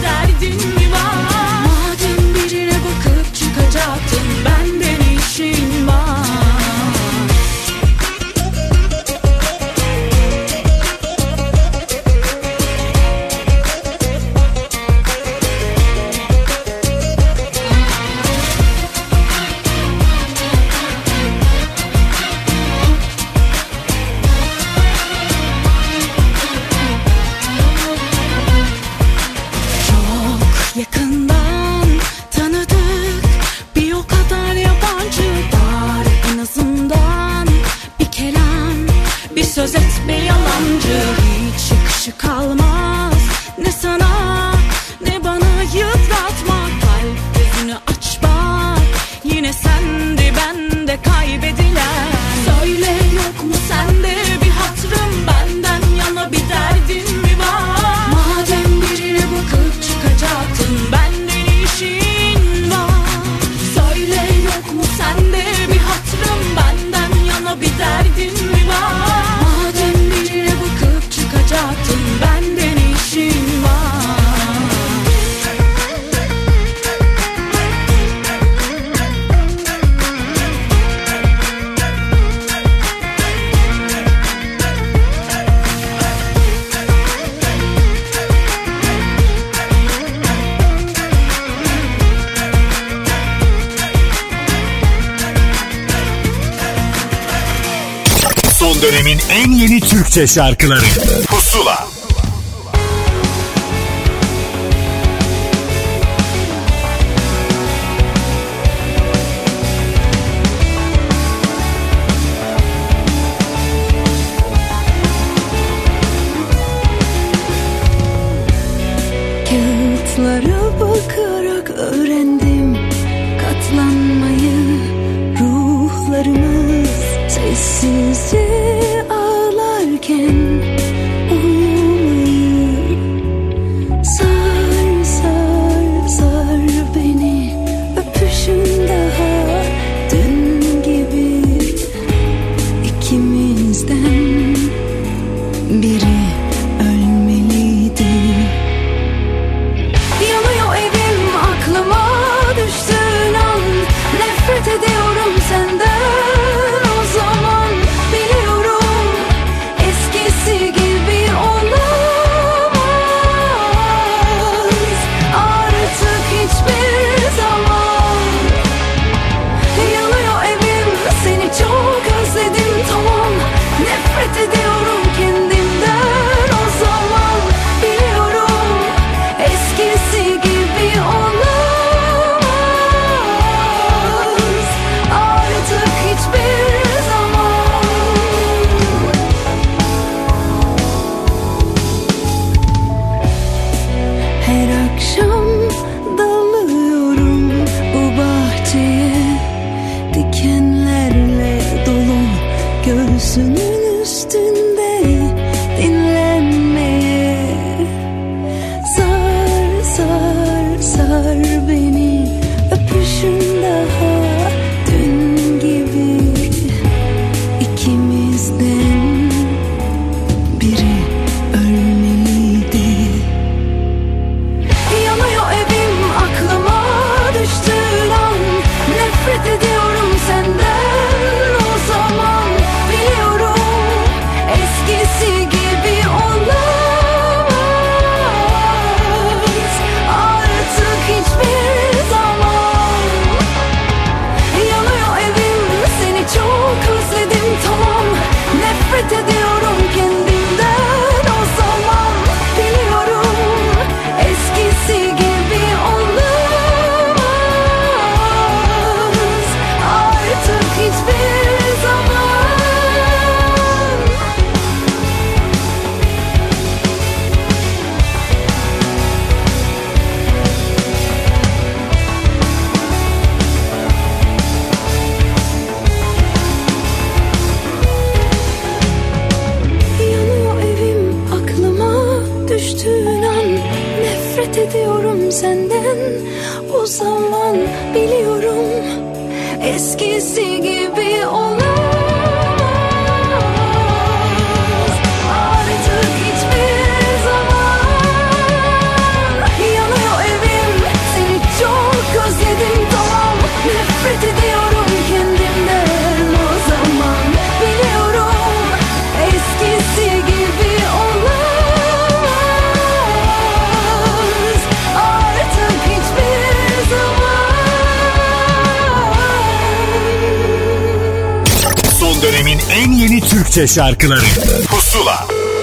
söz etme yalancı. Hiç yakışı kalmaz ne sana ne bana yıpratma. Kalp gözünü aç bak, yine sende bende kaybedilen. Söyle yok mu sende bir hatırım, benden yana bir derdin mi var? Madem birine bakıp çıkacaktın, benden işin var. Söyle yok mu sende bir hatırım, benden yana bir derdin mi var? Madem birine bakıp çıkacaktın, benden işin var. Son dönemin en yeni Türkçe şarkıları Pusula. Kağıtlara bakarak öğrendim katlanmayı. Ruhlarımız sessizce ağlarken uyumayı. Sar sar sar beni, öpüşün daha dün gibi. İkimizden biri ölmeliydi. Yanıyor evim, aklıma düştüğün an. Nefret ediyorum senden. O zaman biliyorum eskisi gibi olamaz. Artık hiçbir zaman. Yanıyor evim, seni çok özledim, tamam. Nefret ediyorum kendimden. O zaman biliyorum eskisi gibi olamaz. Artık hiçbir zaman. Her akşam dalıyorum bu bahçeye, dikenlerle dolu göğsünün üstünde dinlenmeye. Sar sar sar beni, öpüşün daha dün gibi. İkimizden biri ölmeliydi. Yanıyor evim, aklıma düştüğün an. Nefret ediyorum senden. O zaman biliyorum eskisi gibi olamaz. Artık hiçbir zaman. Yanıyor evim, seni çok özledim, tamam. Nefret ediyorum kendimden. O zaman biliyorum eskisi gibi olamaz. Artık hiçbir zaman. Yanıyor evim, aklıma düştüğün an. Nefret ediyorum senden. O zaman biliyorum eskisi gibi olamaz. Artık hiçbir zaman. Yanıyor evim, seni çok özledim, tamam. Nefret ediyorum kendimden. O zaman biliyorum eskisi gibi olamaz. Artık hiçbir zaman. Son dönemin en yeni Türkçe şarkıları Pusula.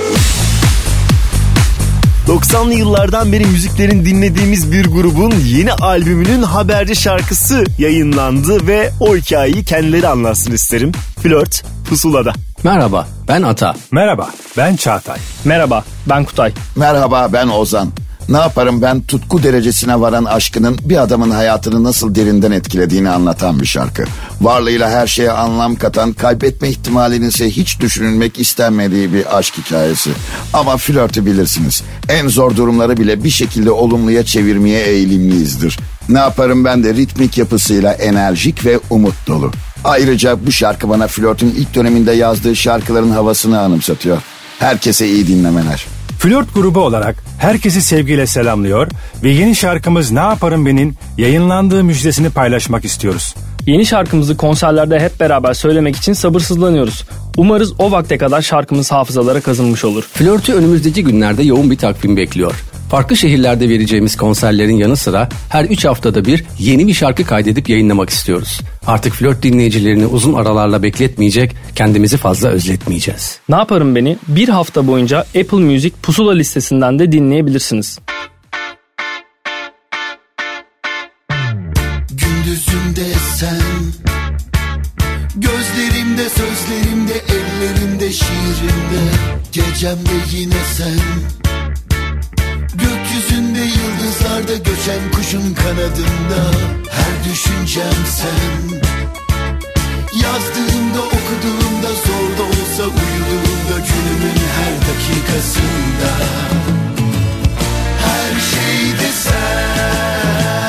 doksanlı yıllardan beri müziklerini dinlediğimiz bir grubun yeni albümünün haberci şarkısı yayınlandı ve o hikayeyi kendileri anlatsın isterim. Flört Pusula'da. Merhaba, ben Ata. Merhaba, ben Çağatay. Merhaba, ben Kutay. Merhaba, ben Ozan. Ne yaparım ben tutku derecesine varan aşkının bir adamın hayatını nasıl derinden etkilediğini anlatan bir şarkı. Varlığıyla her şeye anlam katan, kaybetme ihtimalinin ise hiç düşünülmek istenmediği bir aşk hikayesi. Ama flörtü bilirsiniz. En zor durumları bile bir şekilde olumluya çevirmeye eğilimliyizdir. Ne yaparım ben de ritmik yapısıyla enerjik ve umut dolu. Ayrıca bu şarkı bana flörtün ilk döneminde yazdığı şarkıların havasını anımsatıyor. Herkese iyi dinlemeler. Flört grubu olarak herkesi sevgiyle selamlıyor ve yeni şarkımız Ne Yaparım Ben'in yayınlandığı müjdesini paylaşmak istiyoruz. Yeni şarkımızı konserlerde hep beraber söylemek için sabırsızlanıyoruz. Umarız o vakte kadar şarkımız hafızalara kazınmış olur. Flörtü önümüzdeki günlerde yoğun bir takvim bekliyor. Farklı şehirlerde vereceğimiz konserlerin yanı sıra her üç haftada bir yeni bir şarkı kaydedip yayınlamak istiyoruz. Artık flört dinleyicilerini uzun aralarla bekletmeyecek, kendimizi fazla özletmeyeceğiz. Ne Yaparım Beni bir hafta boyunca Apple Music Pusula listesinden de dinleyebilirsiniz. Gündüzümde sen, gözlerimde, sözlerimde, ellerimde, şiirimde, gecemde yine sen. Gökyüzünde, yıldızlarda, göçen kuşun kanadında, her düşüncem sen. Yazdığımda, okuduğumda, zor da olsa uyuduğumda, günümün her dakikasında, her şeyde sen.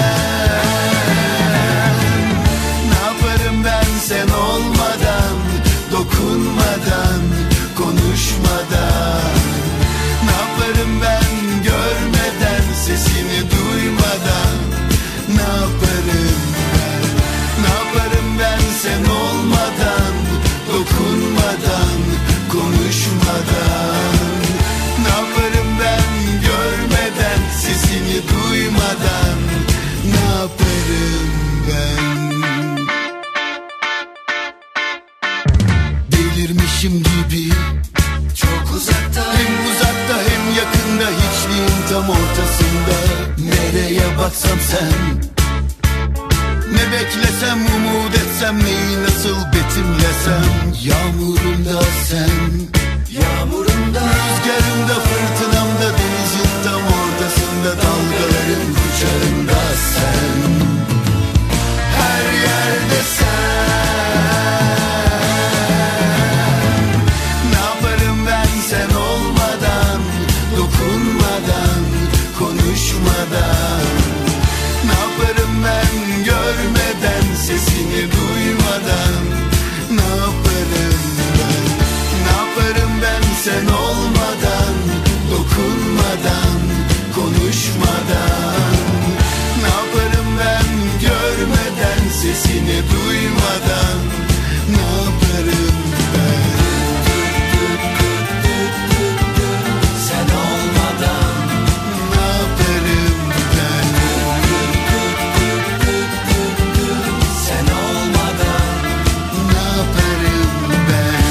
Ne yaparım ben sen olmadan, dokunmadan, konuşmadan? Ne yaparım ben görmeden, sesini duymadan? Ne yaparım ben, ne yaparım ben sen olmadan, dokunmadan, konuşmadan? Ne yaparım ben görmeden, sesini duymadan? Ne yaparım ben? Delirmişim gibi, çok uzakta, hem uzakta hem yakında, hiçliğin tam ortasında. Nereye baksam sen, ne beklesem, umut etsem, neyi nasıl betimlesem? Yağmurumda sen, yağmurumda, rüzgarımda, fırtınamda, denizin tam ortasında, dalgaların kucağında sen. Her yerde sen. Ne yaparım ben sen olmadan, dokunmadan, konuşmadan? Ne yaparım ben görmeden, sesini duymadan? Ne yaparım ben, ne yaparım ben sen olmadan, dokunmadan, konuşmadan? Ne yaparım ben görmeden, sesini duymadan? Ne yaparım ben sen olmadan? Ne yaparım ben sen olmadan? Ne yaparım ben?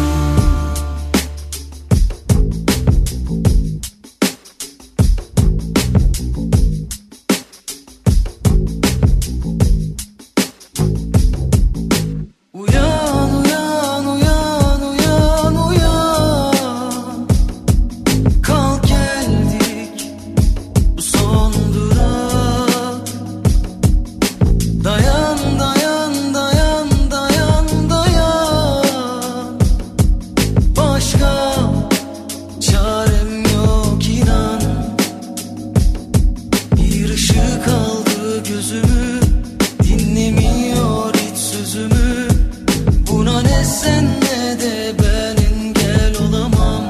Uyan, uyan, uyan, uyan, uyan. Kalk geldik bu son durak. Dayan, dayan, dayan, dayan, dayan. Başka çarem yok inan. Bir ışık aldı gözümü, dinlemiyor hiç sözümü. Buna ne sen ne de ben engel olamam.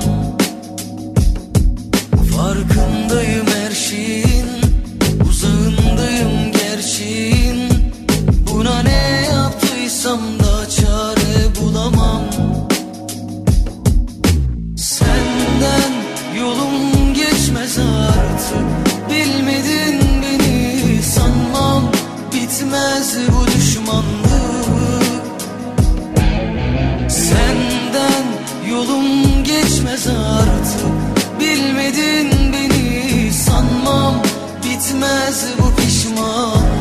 Farkındayım her şeyin, uzağındayım gerçeğin. Buna ne yaptıysam da çare bulamam. Senden yolum geçmez artık, bilmedin beni sanmam. Bitmez bu düşmanlık. Senden yolum geçmez artık, bilmedin beni sanmam. Bitmez bu pişmanlık.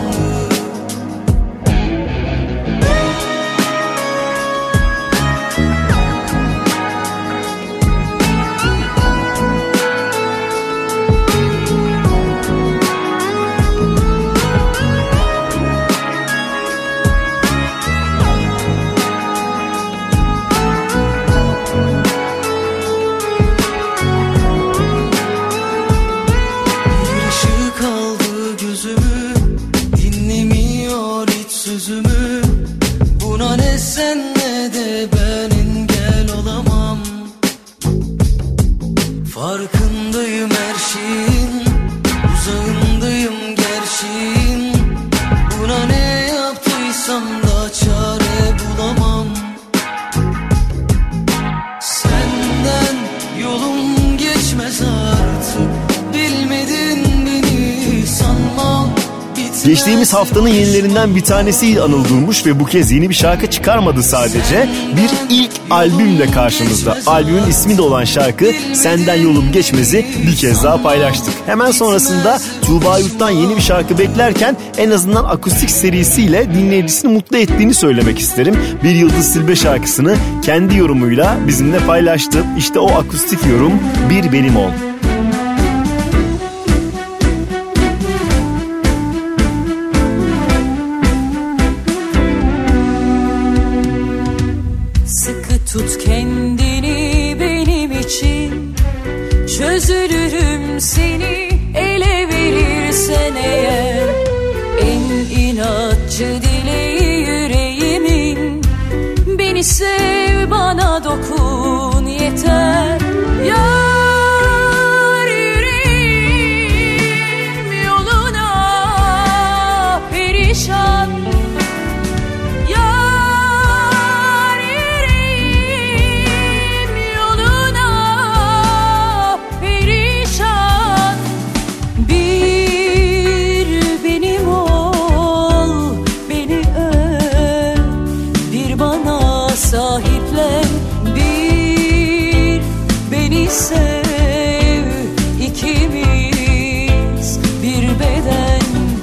Geçtiğimiz haftanın yenilerinden bir tanesi Anıl Durmuş ve bu kez yeni bir şarkı çıkarmadı sadece. Bir ilk albümle karşımızda. Albümün ismi de olan şarkı Senden Yolum Geçmez'i bir kez daha paylaştık. Hemen sonrasında Tuğba Yurt'tan yeni bir şarkı beklerken en azından akustik serisiyle dinleyicisini mutlu ettiğini söylemek isterim. Bir Yıldız Silbe şarkısını kendi yorumuyla bizimle paylaştı. İşte o akustik yorum Bir Benim Ol. Sıkı tut kendini benim için, çözülürüm seni ele verirsen eğer. En inatçı dileği yüreğimin, beni sev bana dokun yeter. Yar yüreğim yoluna perişan, yar yüreğim yoluna perişan. Bir benim ol, beni öv, bir bana sahiplen, bir beni sev, ikimiz bir beden.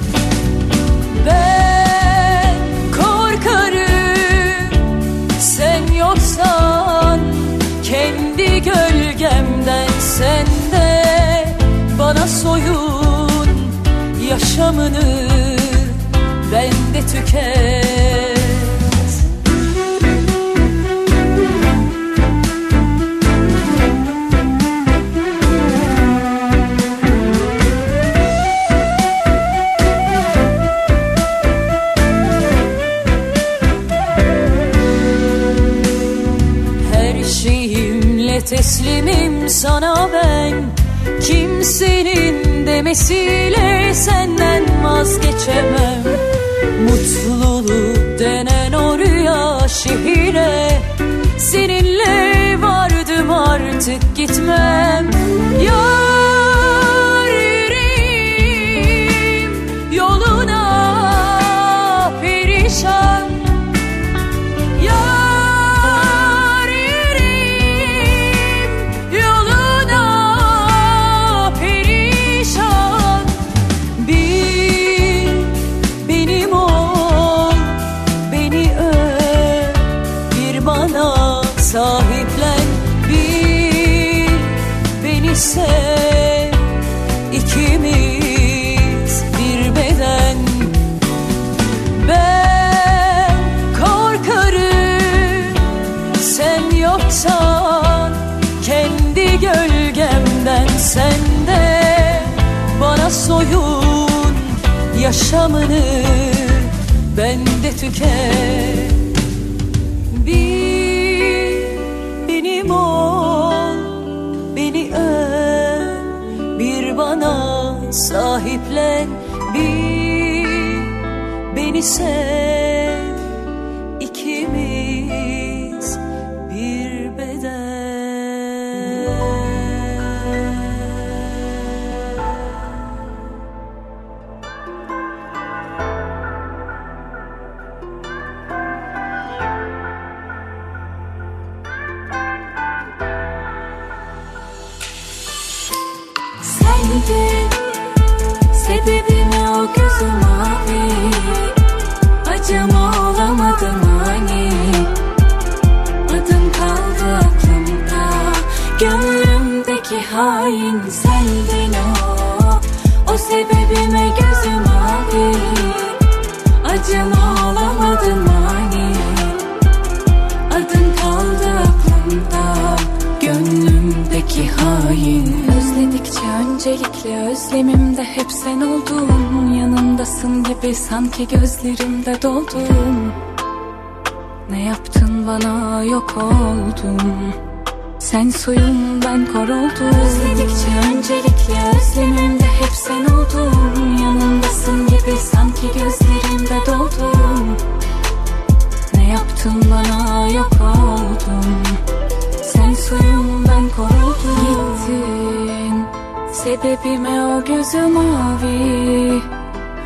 Ben korkarım sen yoksan, kendi gölgemden sen de bana soyun yaşamını, bende tüket. Her şeyimle teslimim sana ben, kimsenin demesiyle senden vazgeçemem. Mutluluk denen o rüya şehire, seninle vardım artık gitmem. Yar yüreğim yoluna perişan, yar yüreğim yoluna perişan. Bir benim ol, beni öv, bir bana sahiplen, bir beni sev, ikimiz bir beden. Ben korkarım sen yoksan, kendi gölgemden sen de bana soyun yaşamını, bende tüket. Bir benim ol, beni öv, bir bana sahiplen, bir beni sev, ikimiz bir beden. Sendin sebebime o gözüm mavi, acıma olamadım hani. Adın kaldı aklımda, gönlümdeki hain sendin o. O sebebime gözüm mavi, acıma olamadım hani. Adın kaldı aklımda, gönlümdeki hain. Özledikçe öncelikle özlemimde hep sen oldun. Yanımdasın gibi sanki gözlerimde doldun. Ne yaptın bana, yok oldum. Sen suyum, ben kor oldum. Özledikçe öncelikle özlemimde hep sen oldun. Yanımdasın gibi sanki gözlerimde doldun. Ne yaptın bana, yok oldum. Sen suyum, ben kor oldum. Gittin sebebime o gözüm mavi,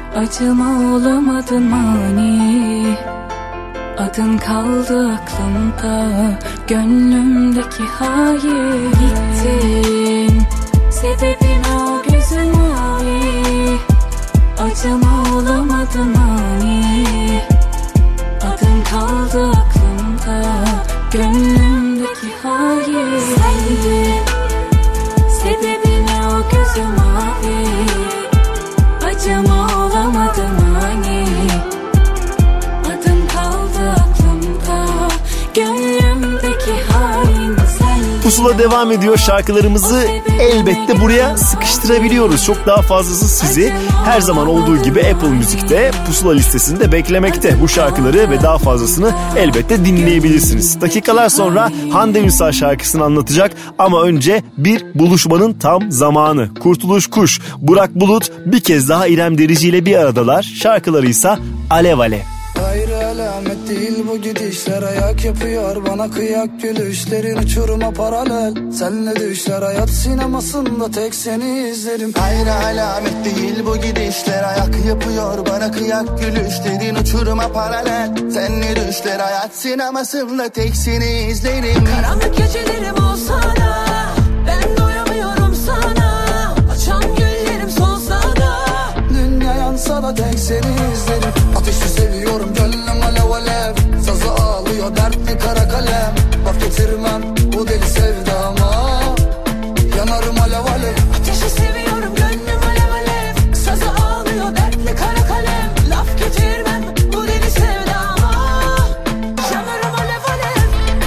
Acıma olamadın mani, adın kaldı aklımda, gönlümdeki hayır. Gittin, sebebim o gözün mavi. Acıma olamadın mani, adın kaldı aklımda, gönlümdeki hayır. Sendin, sebebim o gözün mavi. Acıma olamadın hani, adın kaldı aklımda, gönlümdeki hain sen. Pusula devam ediyor. Şarkılarımızı elbette buraya sıkıştırabiliyoruz. Çok daha fazlası sizi her zaman olduğu gibi Apple Müzik'te Pusula listesinde beklemekte. Bu şarkıları ve daha fazlasını elbette dinleyebilirsiniz. Dakikalar sonra Hande Ünsal şarkısını anlatacak ama önce bir buluşmanın tam zamanı. Kurtuluş Kuş, Burak Bulut bir kez daha İrem Derici ile bir aradalar. Şarkıları ise Alev Alev. Hayır alamet değil bu gidişler, ayak yapıyor bana kıyak gülüşlerin uçuruma paralel. Senle düşler hayat sinemasında tek seni izlerim. Hayır alamet değil bu gidişler, ayak yapıyor bana kıyak gülüşlerin uçuruma paralel. Senle düşler hayat sinemasında tek seni izlerim. Karanlık gecelerim olsa da ben doyamıyorum sana, açan güllerim solsa da dünya yansa da tek seni izlerim. Ateşi seviyorum gönlüm alev alev, sazı ağlıyor dertli kara kalem. Bak getirmem bu deli sevdama, yanarım alev alev. Ateşi seviyorum gönlüm alev alev, sazı ağlıyor dertli kara kalem. Laf getirmem bu deli sevdama, yanarım alev alev.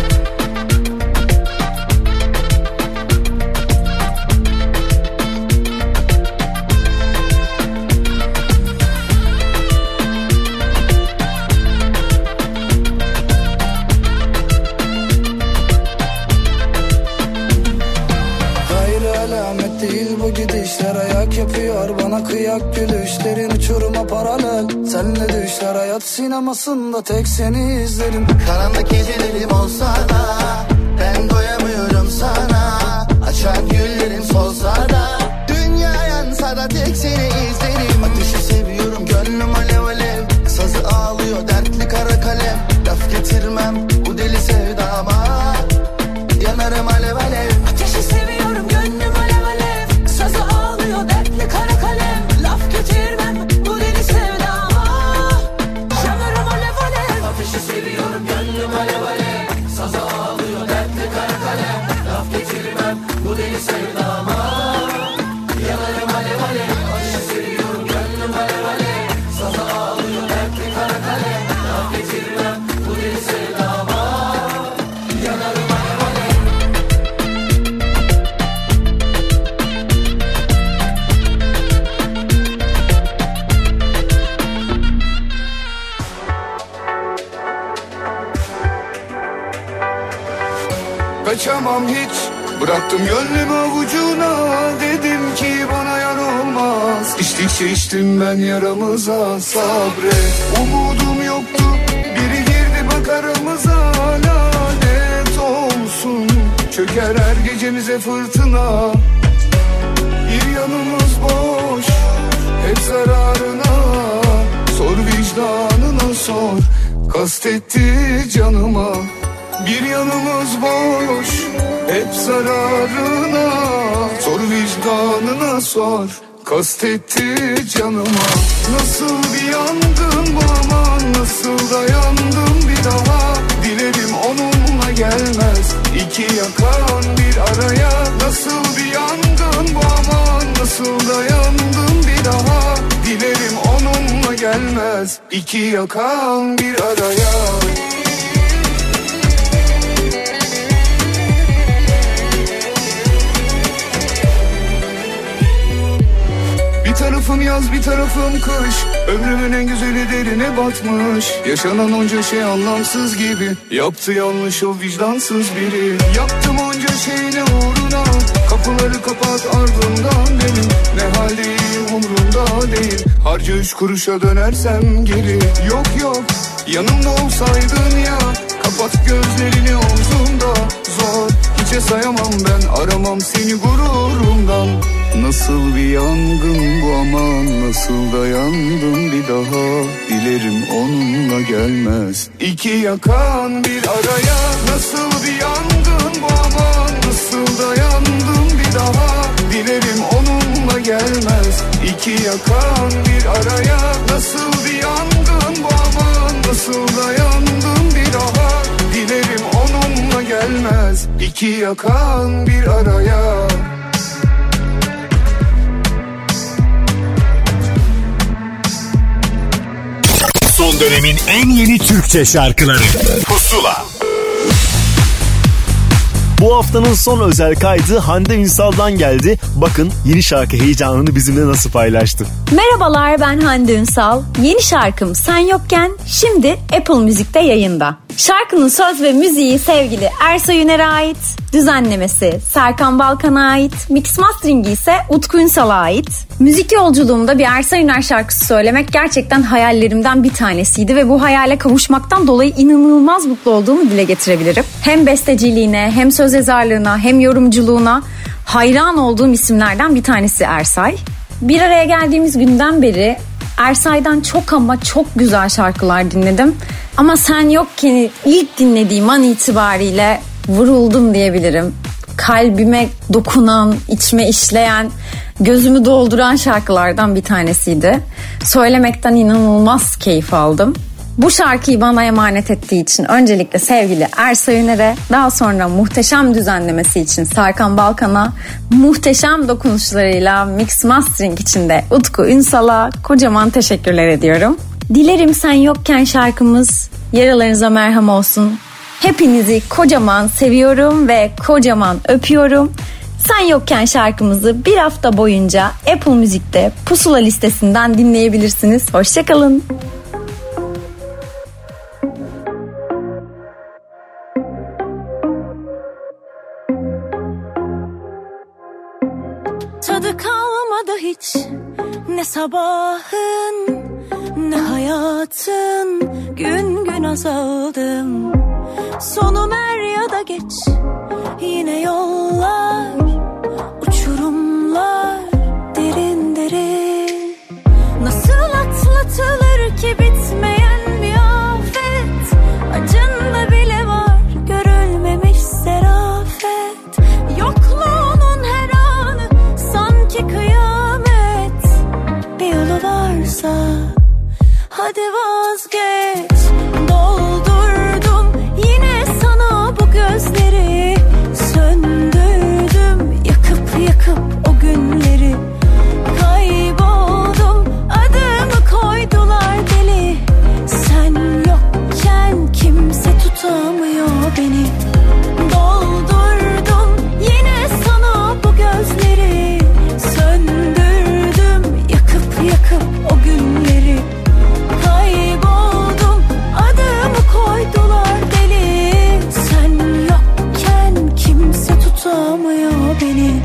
Gidişler ayak yapıyor bana kıyak gülüşlerin uçuruma paralel. Senle düşler hayat sinemasında tek seni izlerim. Karanlık gecelerim olsa da ben doyamıyorum sana, açan güllerim solsa da dünya yansa da tek seni izlerim. Ateşi seviyorum gönlüm alev alev, sazı ağlıyor dertli kara kalem. Laf getirmem bu deli sevdama, yanarım alev alev. Ateşi seviyorum gönlüm alev alev, sazı ağlıyor dertli kara kalem. Laf getirmem bu deli sevdama, yanarım alev alev. Ateşi seviyorum gönlüm alev alev, sazı ağlıyor dertli kara kalem. Laf getirmem bu deli sevdama, yanarım alev alev. Ateşi seviyorum gönlüm alev alev, sazı ağlıyor dertli kara kalem. Laf getirmem bu deli sevdama, yanarım alev alev. Kaçamam hiç, bıraktım gönlümü avucuna. Dedim ki bana yar olmaz, İçtikçe içtim ben yaramıza. Sabret, umudum yoktu, biri girdi bak aramıza. Lanet olsun, çöker her gecemize fırtına. Bir yanımız boş, hep zararına. Sor vicdanına sor, kastetti canıma. Bir yanımız boş, hep zararına. Sor vicdanına sor, kastetti canıma. Nasıl bir yandın bu aman, nasıl dayandım bir daha. Dilerim onunla gelmez, iki yakan bir araya. Nasıl bir yandın bu aman, nasıl dayandım bir daha. Dilerim onunla gelmez, iki yakan bir araya. Bir tarafım yaz bir tarafım kış, ömrümün en güzeli derine batmış. Yaşanan onca şey anlamsız gibi, yaptı yanlış o vicdansız biri. Yaptım onca şeyle uğruna, kapıları kapat ardından benim. Ne haldeyim umrumda değil, harca üç kuruşa dönersem geri. Yok yok yanımda olsaydın ya, kapat gözlerini omzumda. Zor hiçe sayamam ben, aramam seni gururumdan. Nasıl bir yangın bu aman, nasıl dayandım bir daha. Dilerim onunla gelmez. İki yakan bir araya, nasıl bir yangın bu aman, nasıl dayandım bir daha. Dilerim onunla gelmez. İki yakan bir araya, nasıl bir yangın bu aman, nasıl dayandım bir daha. Dilerim onunla gelmez. İki yakan bir araya. Son dönemin en yeni Türkçe şarkıları Pusula. Bu haftanın son özel kaydı Hande Ünsal'dan geldi. Bakın yeni şarkı heyecanını bizimle nasıl paylaştı. Merhabalar, ben Hande Ünsal. Yeni şarkım Sen Yokken şimdi Apple Müzik'te yayında. Şarkının söz ve müziği sevgili Ersoy Üner'e ait, düzenlemesi Serkan Balkan'a ait, mix mastering'i ise Utku Ünsal'a ait. Müzik yolculuğumda bir Ersoy Üner şarkısı söylemek gerçekten hayallerimden bir tanesiydi ve bu hayale kavuşmaktan dolayı inanılmaz mutlu olduğumu dile getirebilirim. Hem besteciliğine, hem söz yazarlığına, hem yorumculuğuna hayran olduğum isimlerden bir tanesi Ersay. Bir araya geldiğimiz günden beri Ersay'dan çok ama çok güzel şarkılar dinledim. Ama Sen Yokken ilk dinlediğim an itibariyle vuruldum diyebilirim. Kalbime dokunan, içime işleyen, gözümü dolduran şarkılardan bir tanesiydi. Söylemekten inanılmaz keyif aldım. Bu şarkıyı bana emanet ettiği için öncelikle sevgili Ersoy Üner'e, daha sonra muhteşem düzenlemesi için Serkan Balkan'a, muhteşem dokunuşlarıyla mix mastering için de Utku Ünsal'a kocaman teşekkürler ediyorum. Dilerim Sen Yokken şarkımız yaralarınıza merhem olsun. Hepinizi kocaman seviyorum ve kocaman öpüyorum. Sen Yokken şarkımızı bir hafta boyunca Apple Müzik'te Pusula listesinden dinleyebilirsiniz. Hoşçakalın. Tadı kalmadı hiç ne sabahın ne hayatın, gün gün azaldım. Sonum er ya da geç yine yollar, uçurumlar derin derin. Nasıl atlatılır ki bitmeyen bir afet, acında bile var görülmemiş serafet. Yokluğunun her anı sanki kıyamet. Bir yolu varsa hadi vazgeç. Doldurdum yine sana bu gözleri, söndürdüm yakıp yakıp o günleri. Kayboldum, adımı koydular deli. Sen yokken kimse tutamıyor beni. Doldurdum yine sana bu gözleri, söndürdüm yakıp yakıp o günleri. Kayboldum, adımı koydular deli. Sen yokken kimse tutamıyor beni.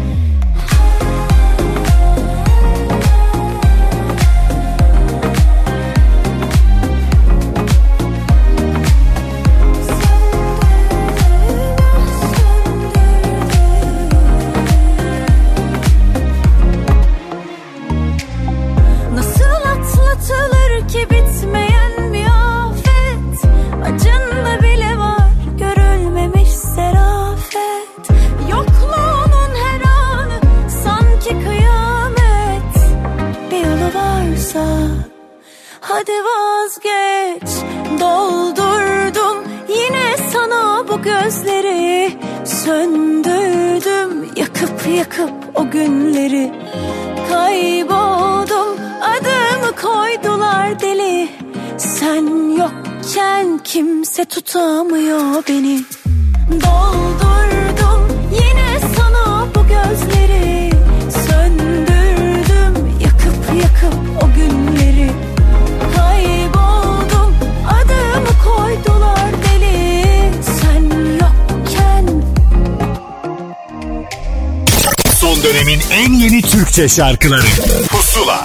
Nasıl atlatılır ki bitmeyen bir afet, acında bile var görülmemiş serafet. Yokluğunun her anı sanki kıyamet. Bir yolu varsa hadi vazgeç. Doldurdum yine sana bu gözleri, söndürdüm yakıp yakıp o günleri. Kayboldum, adımı koydular deli. Sen yokken kimse tutamıyor beni. Doldurdum yine sana bu gözleri, söndürdüm yakıp yakıp o günleri. Kayboldum, adımı koydular deli. Sen yokken. Son dönemin en yeni Türkçe şarkıları Pusula.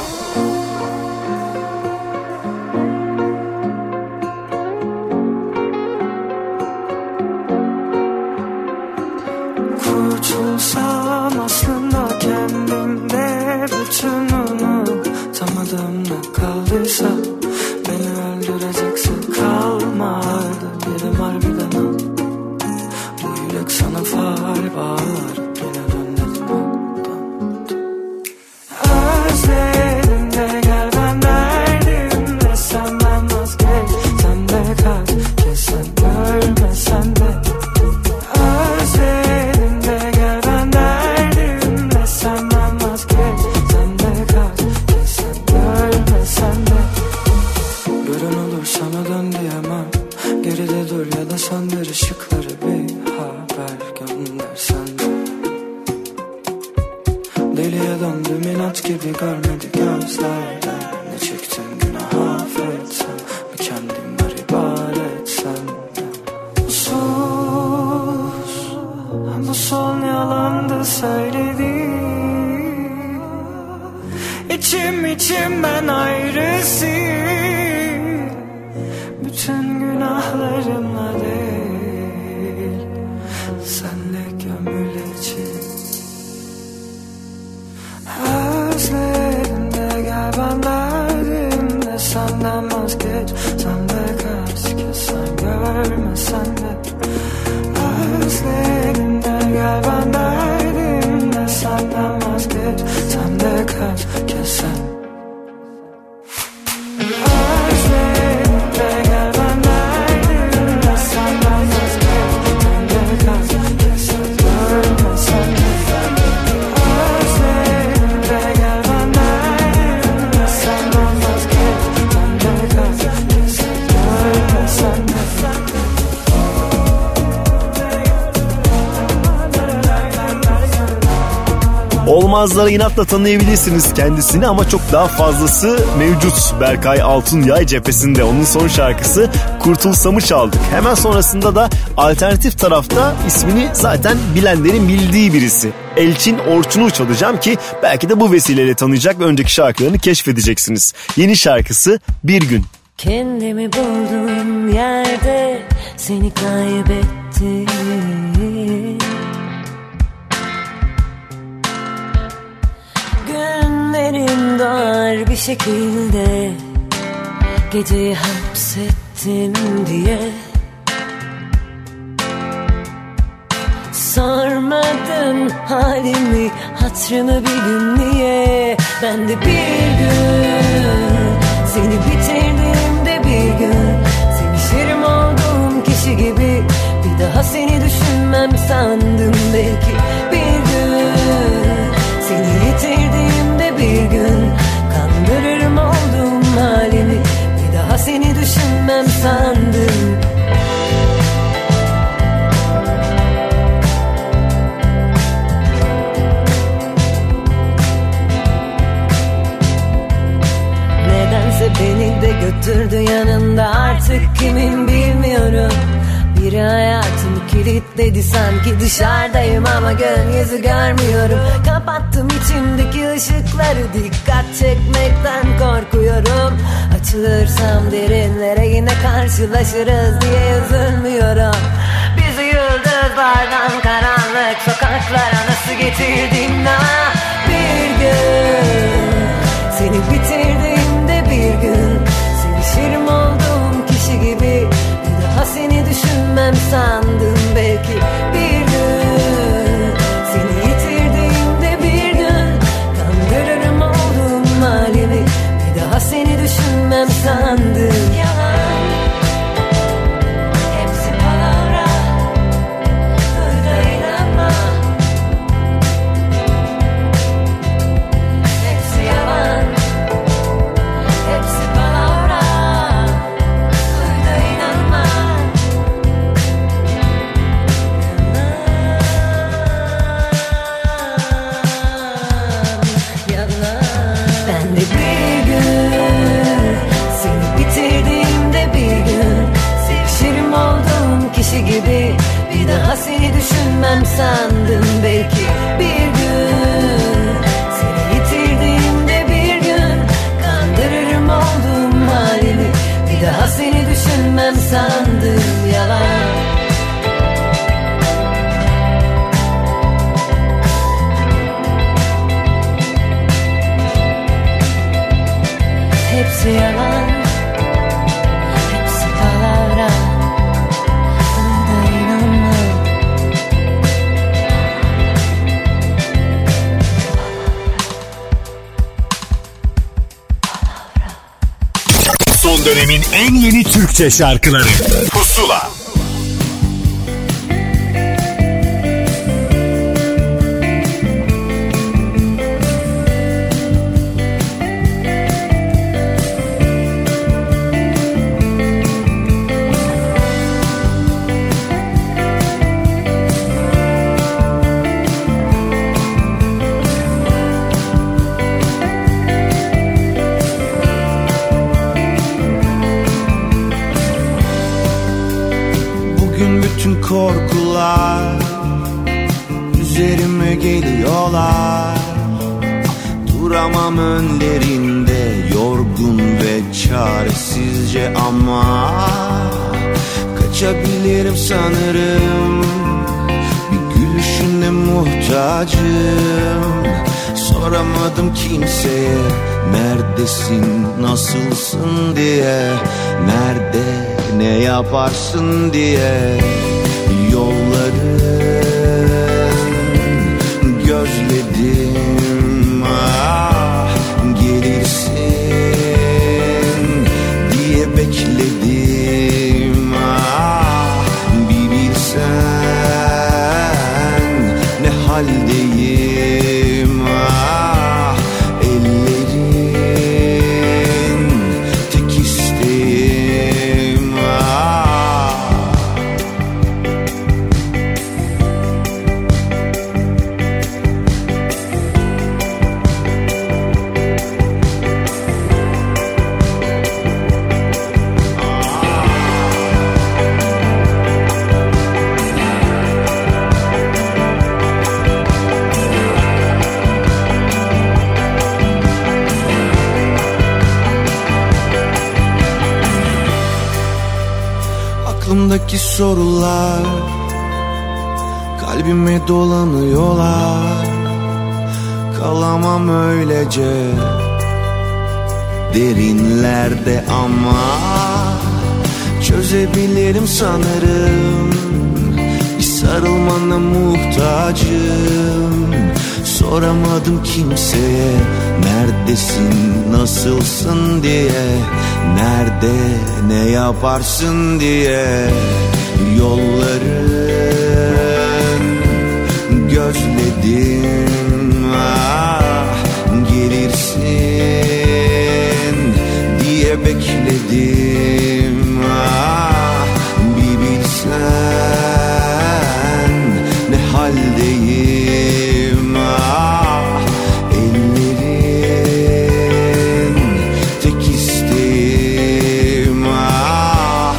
Kurtulsam aslında kendimde Aradığım ne kaldıysa beni öldürecekse kalmadı. Dedim harbiden al, bu yürek sana faal var. Yine dön dedim özledim de gel ben derdim de senden vazgeç. Sen de kaç kez sen görmesen de. Özledim de gel ben derdim de senden vazgeç. Sen de kaç kez sen görmesen de. Gören olur sana dön diyemem. Geride dur ya da söndür ışıkları, bir haber göndersen de. Deliye döndüm inat gibi görmedi gözlerden. Ne çektim günah affetsem, bir kendim var ibaret senden. Sus, bu son yalandı söylediğim. İçim içim ben ayrısın. Bütün günahlarımla değil, senle gömüleceğim. Özledim de gel ben derdim de senden vazgeç. Sen de kaç kez sen görmesen de. Özledim de gel ben derdim de senden vazgeç. Sen de kaç kez sen. Özledim de gel ben derdim de senden vazgeç. Sen de kaç kez sen görmesen de. Olmazlara inatla tanıyabilirsiniz kendisini ama çok daha fazlası mevcut. Berkay Altunyay cephesinde onun son şarkısı Kurtulsam'ı çaldık. Hemen sonrasında da alternatif tarafta ismini zaten bilenlerin bildiği birisi. Elçin Orçun'u çalacağım ki belki de bu vesileyle tanıyacak ve önceki şarkılarını keşfedeceksiniz. Yeni şarkısı Bir Gün. Kendimi bulduğum yerde seni kaybettim. Günlerim dar bir şekilde geceyi hapsettim diye. Sormadın halimi, hatrımı bir gün niye? Ben de bir gün seni bitirdiğimde, bir gün sevişirim olduğum kişi gibi. Bir daha seni düşünmem sandım belki. Bir gün seni yitirdiğimde, bir gün kandırırım olduğum halimi. Bir daha seni düşünmem sandım. Beni de götürdü yanında, artık kimin bilmiyorum. Biri hayatımı kilitledi, sanki dışarıdayım ama gökyüzü görmüyorum. Kapattım içimdeki ışıkları, dikkat çekmekten korkuyorum. Açılırsam derinlere yine karşılaşırız diye üzülmüyorum. Bizi yıldızlardan karanlık sokaklara nasıl getirdin ha? Bir gün seni bitirdiğimde, bir gün sevişirim olduğum kişi gibi. Bir daha seni düşünmem sandım belki. Bir gün seni yitirdiğimde, bir gün kandırırım olduğum halimi. Bir daha seni düşünmem sandım. Yalan, hepsi palavra, dur da inanma. Hepsi yalan, hepsi palavra, dur da inanma. Yalan, ben de bir gün seni bitirdiğimde, bir gün sevişirim olduğum kişi gibi. Bir daha seni düşünmem sandım belki. Bir gün seni yitirdiğimde, bir gün kandırırım olduğum halimi. Bir daha seni düşünmem sandım. Yalan. hepsi yalan, hepsi palavra, bana da inanma. Son dönemin en yeni Türkçe şarkıları Pusula. Korkular üzerime geliyorlar, duramam önlerinde yorgun ve çaresizce, ama kaçabilirim sanırım, bir gülüşüne muhtacım. Soramadım kimseye neredesin, nasılsın diye, nerede ne yaparsın diye. Yolların gözledim, ah gelirsin diye bekledim, ah bir bilsen ne haldeyim, ah ellerin tek isteğim, ah. Aklımdaki sorular kalbime dolanıyorlar, kalamam öylece derinlerde, ama çözebilirim sanırım, bir sarılmana muhtacım. Soramadım kimseye neredesin, nasılsın diye, nerede ne yaparsın diye. Yolların gözledim, ah gelirsin diye bekledim, ah bir bilsen ne haldeyim, ah ellerin tek isteğim, ah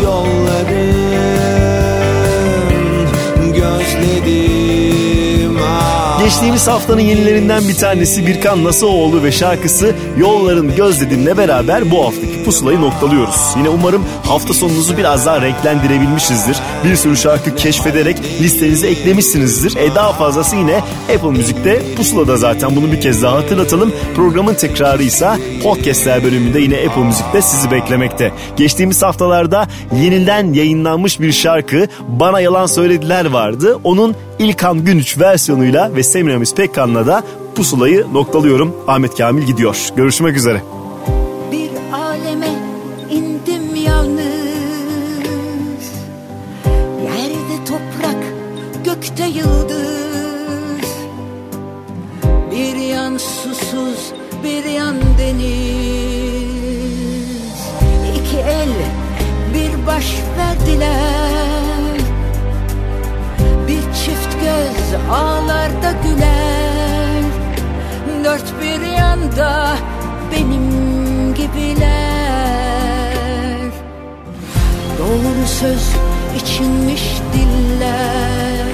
yolların gözledim, ah. Geçtiğimiz haftanın yenilerinden bir tanesi Birkan Nasıoğlu ve şarkısı Yolların Gözledim'le beraber bu haftaki pusulayı noktalıyoruz. Yine umarım hafta sonunuzu biraz daha renklendirebilmişizdir. Bir sürü şarkı keşfederek listenize eklemişsinizdir. E daha fazlası yine Apple Müzik'te, Pusula'da zaten, bunu bir kez daha hatırlatalım. Programın tekrarı ise podcastler bölümünde yine Apple Müzik'te sizi beklemekte. Geçtiğimiz haftalarda yeniden yayınlanmış bir şarkı Bana Yalan Söylediler vardı. Onun İlkan Günüç versiyonuyla ve Semiramis Pekkan'la da Pusulayı noktalıyorum. Ahmet Kamil gidiyor. Görüşmek üzere. Bir aleme indim yalnız, yerde toprak, gökte yıldız. Bir yan susuz, bir yan deniz. İki el, bir baş verdiler. Bir çift göz ağlarda güler. Dört bir yanda benim gibiler. Doğru söz içinmiş diller.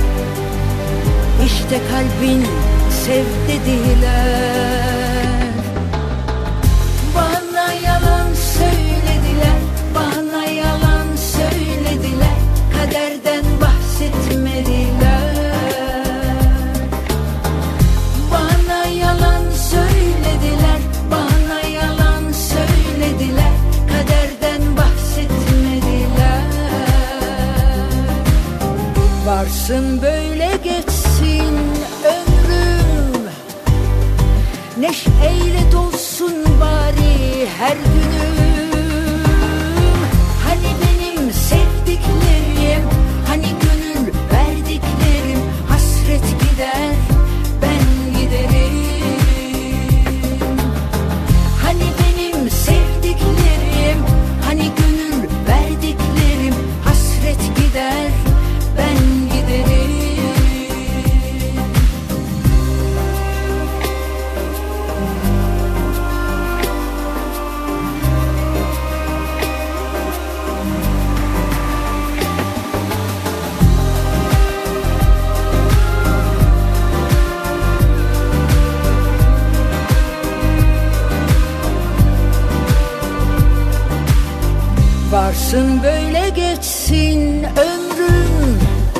İşte kalbin sev dediler. Bana yalan söylediler, bana yalan söylediler. Kaderden bahsetmediler. Bana yalan söylediler, bana yalan söylediler. varsın böyle geçsin ömrüm.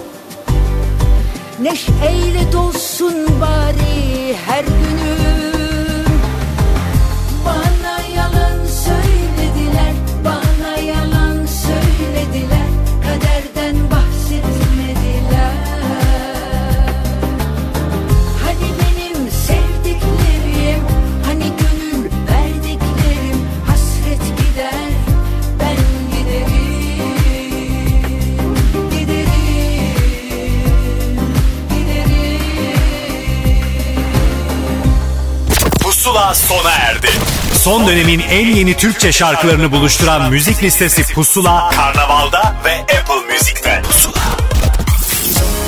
Neşeyle dolsun bari her günüm. Bana yalan söylediler, bana yalan söylediler, kaderden bahsetmediler. Hani benim sevdiklerim, hani gönül verdiklerim, hasret gider, ben giderim, giderim, Pusula sona erdi. Son dönemin en yeni Türkçe şarkılarını buluşturan müzik listesi Pusula, Karnaval'da ve Apple Müzik'te. Pusula.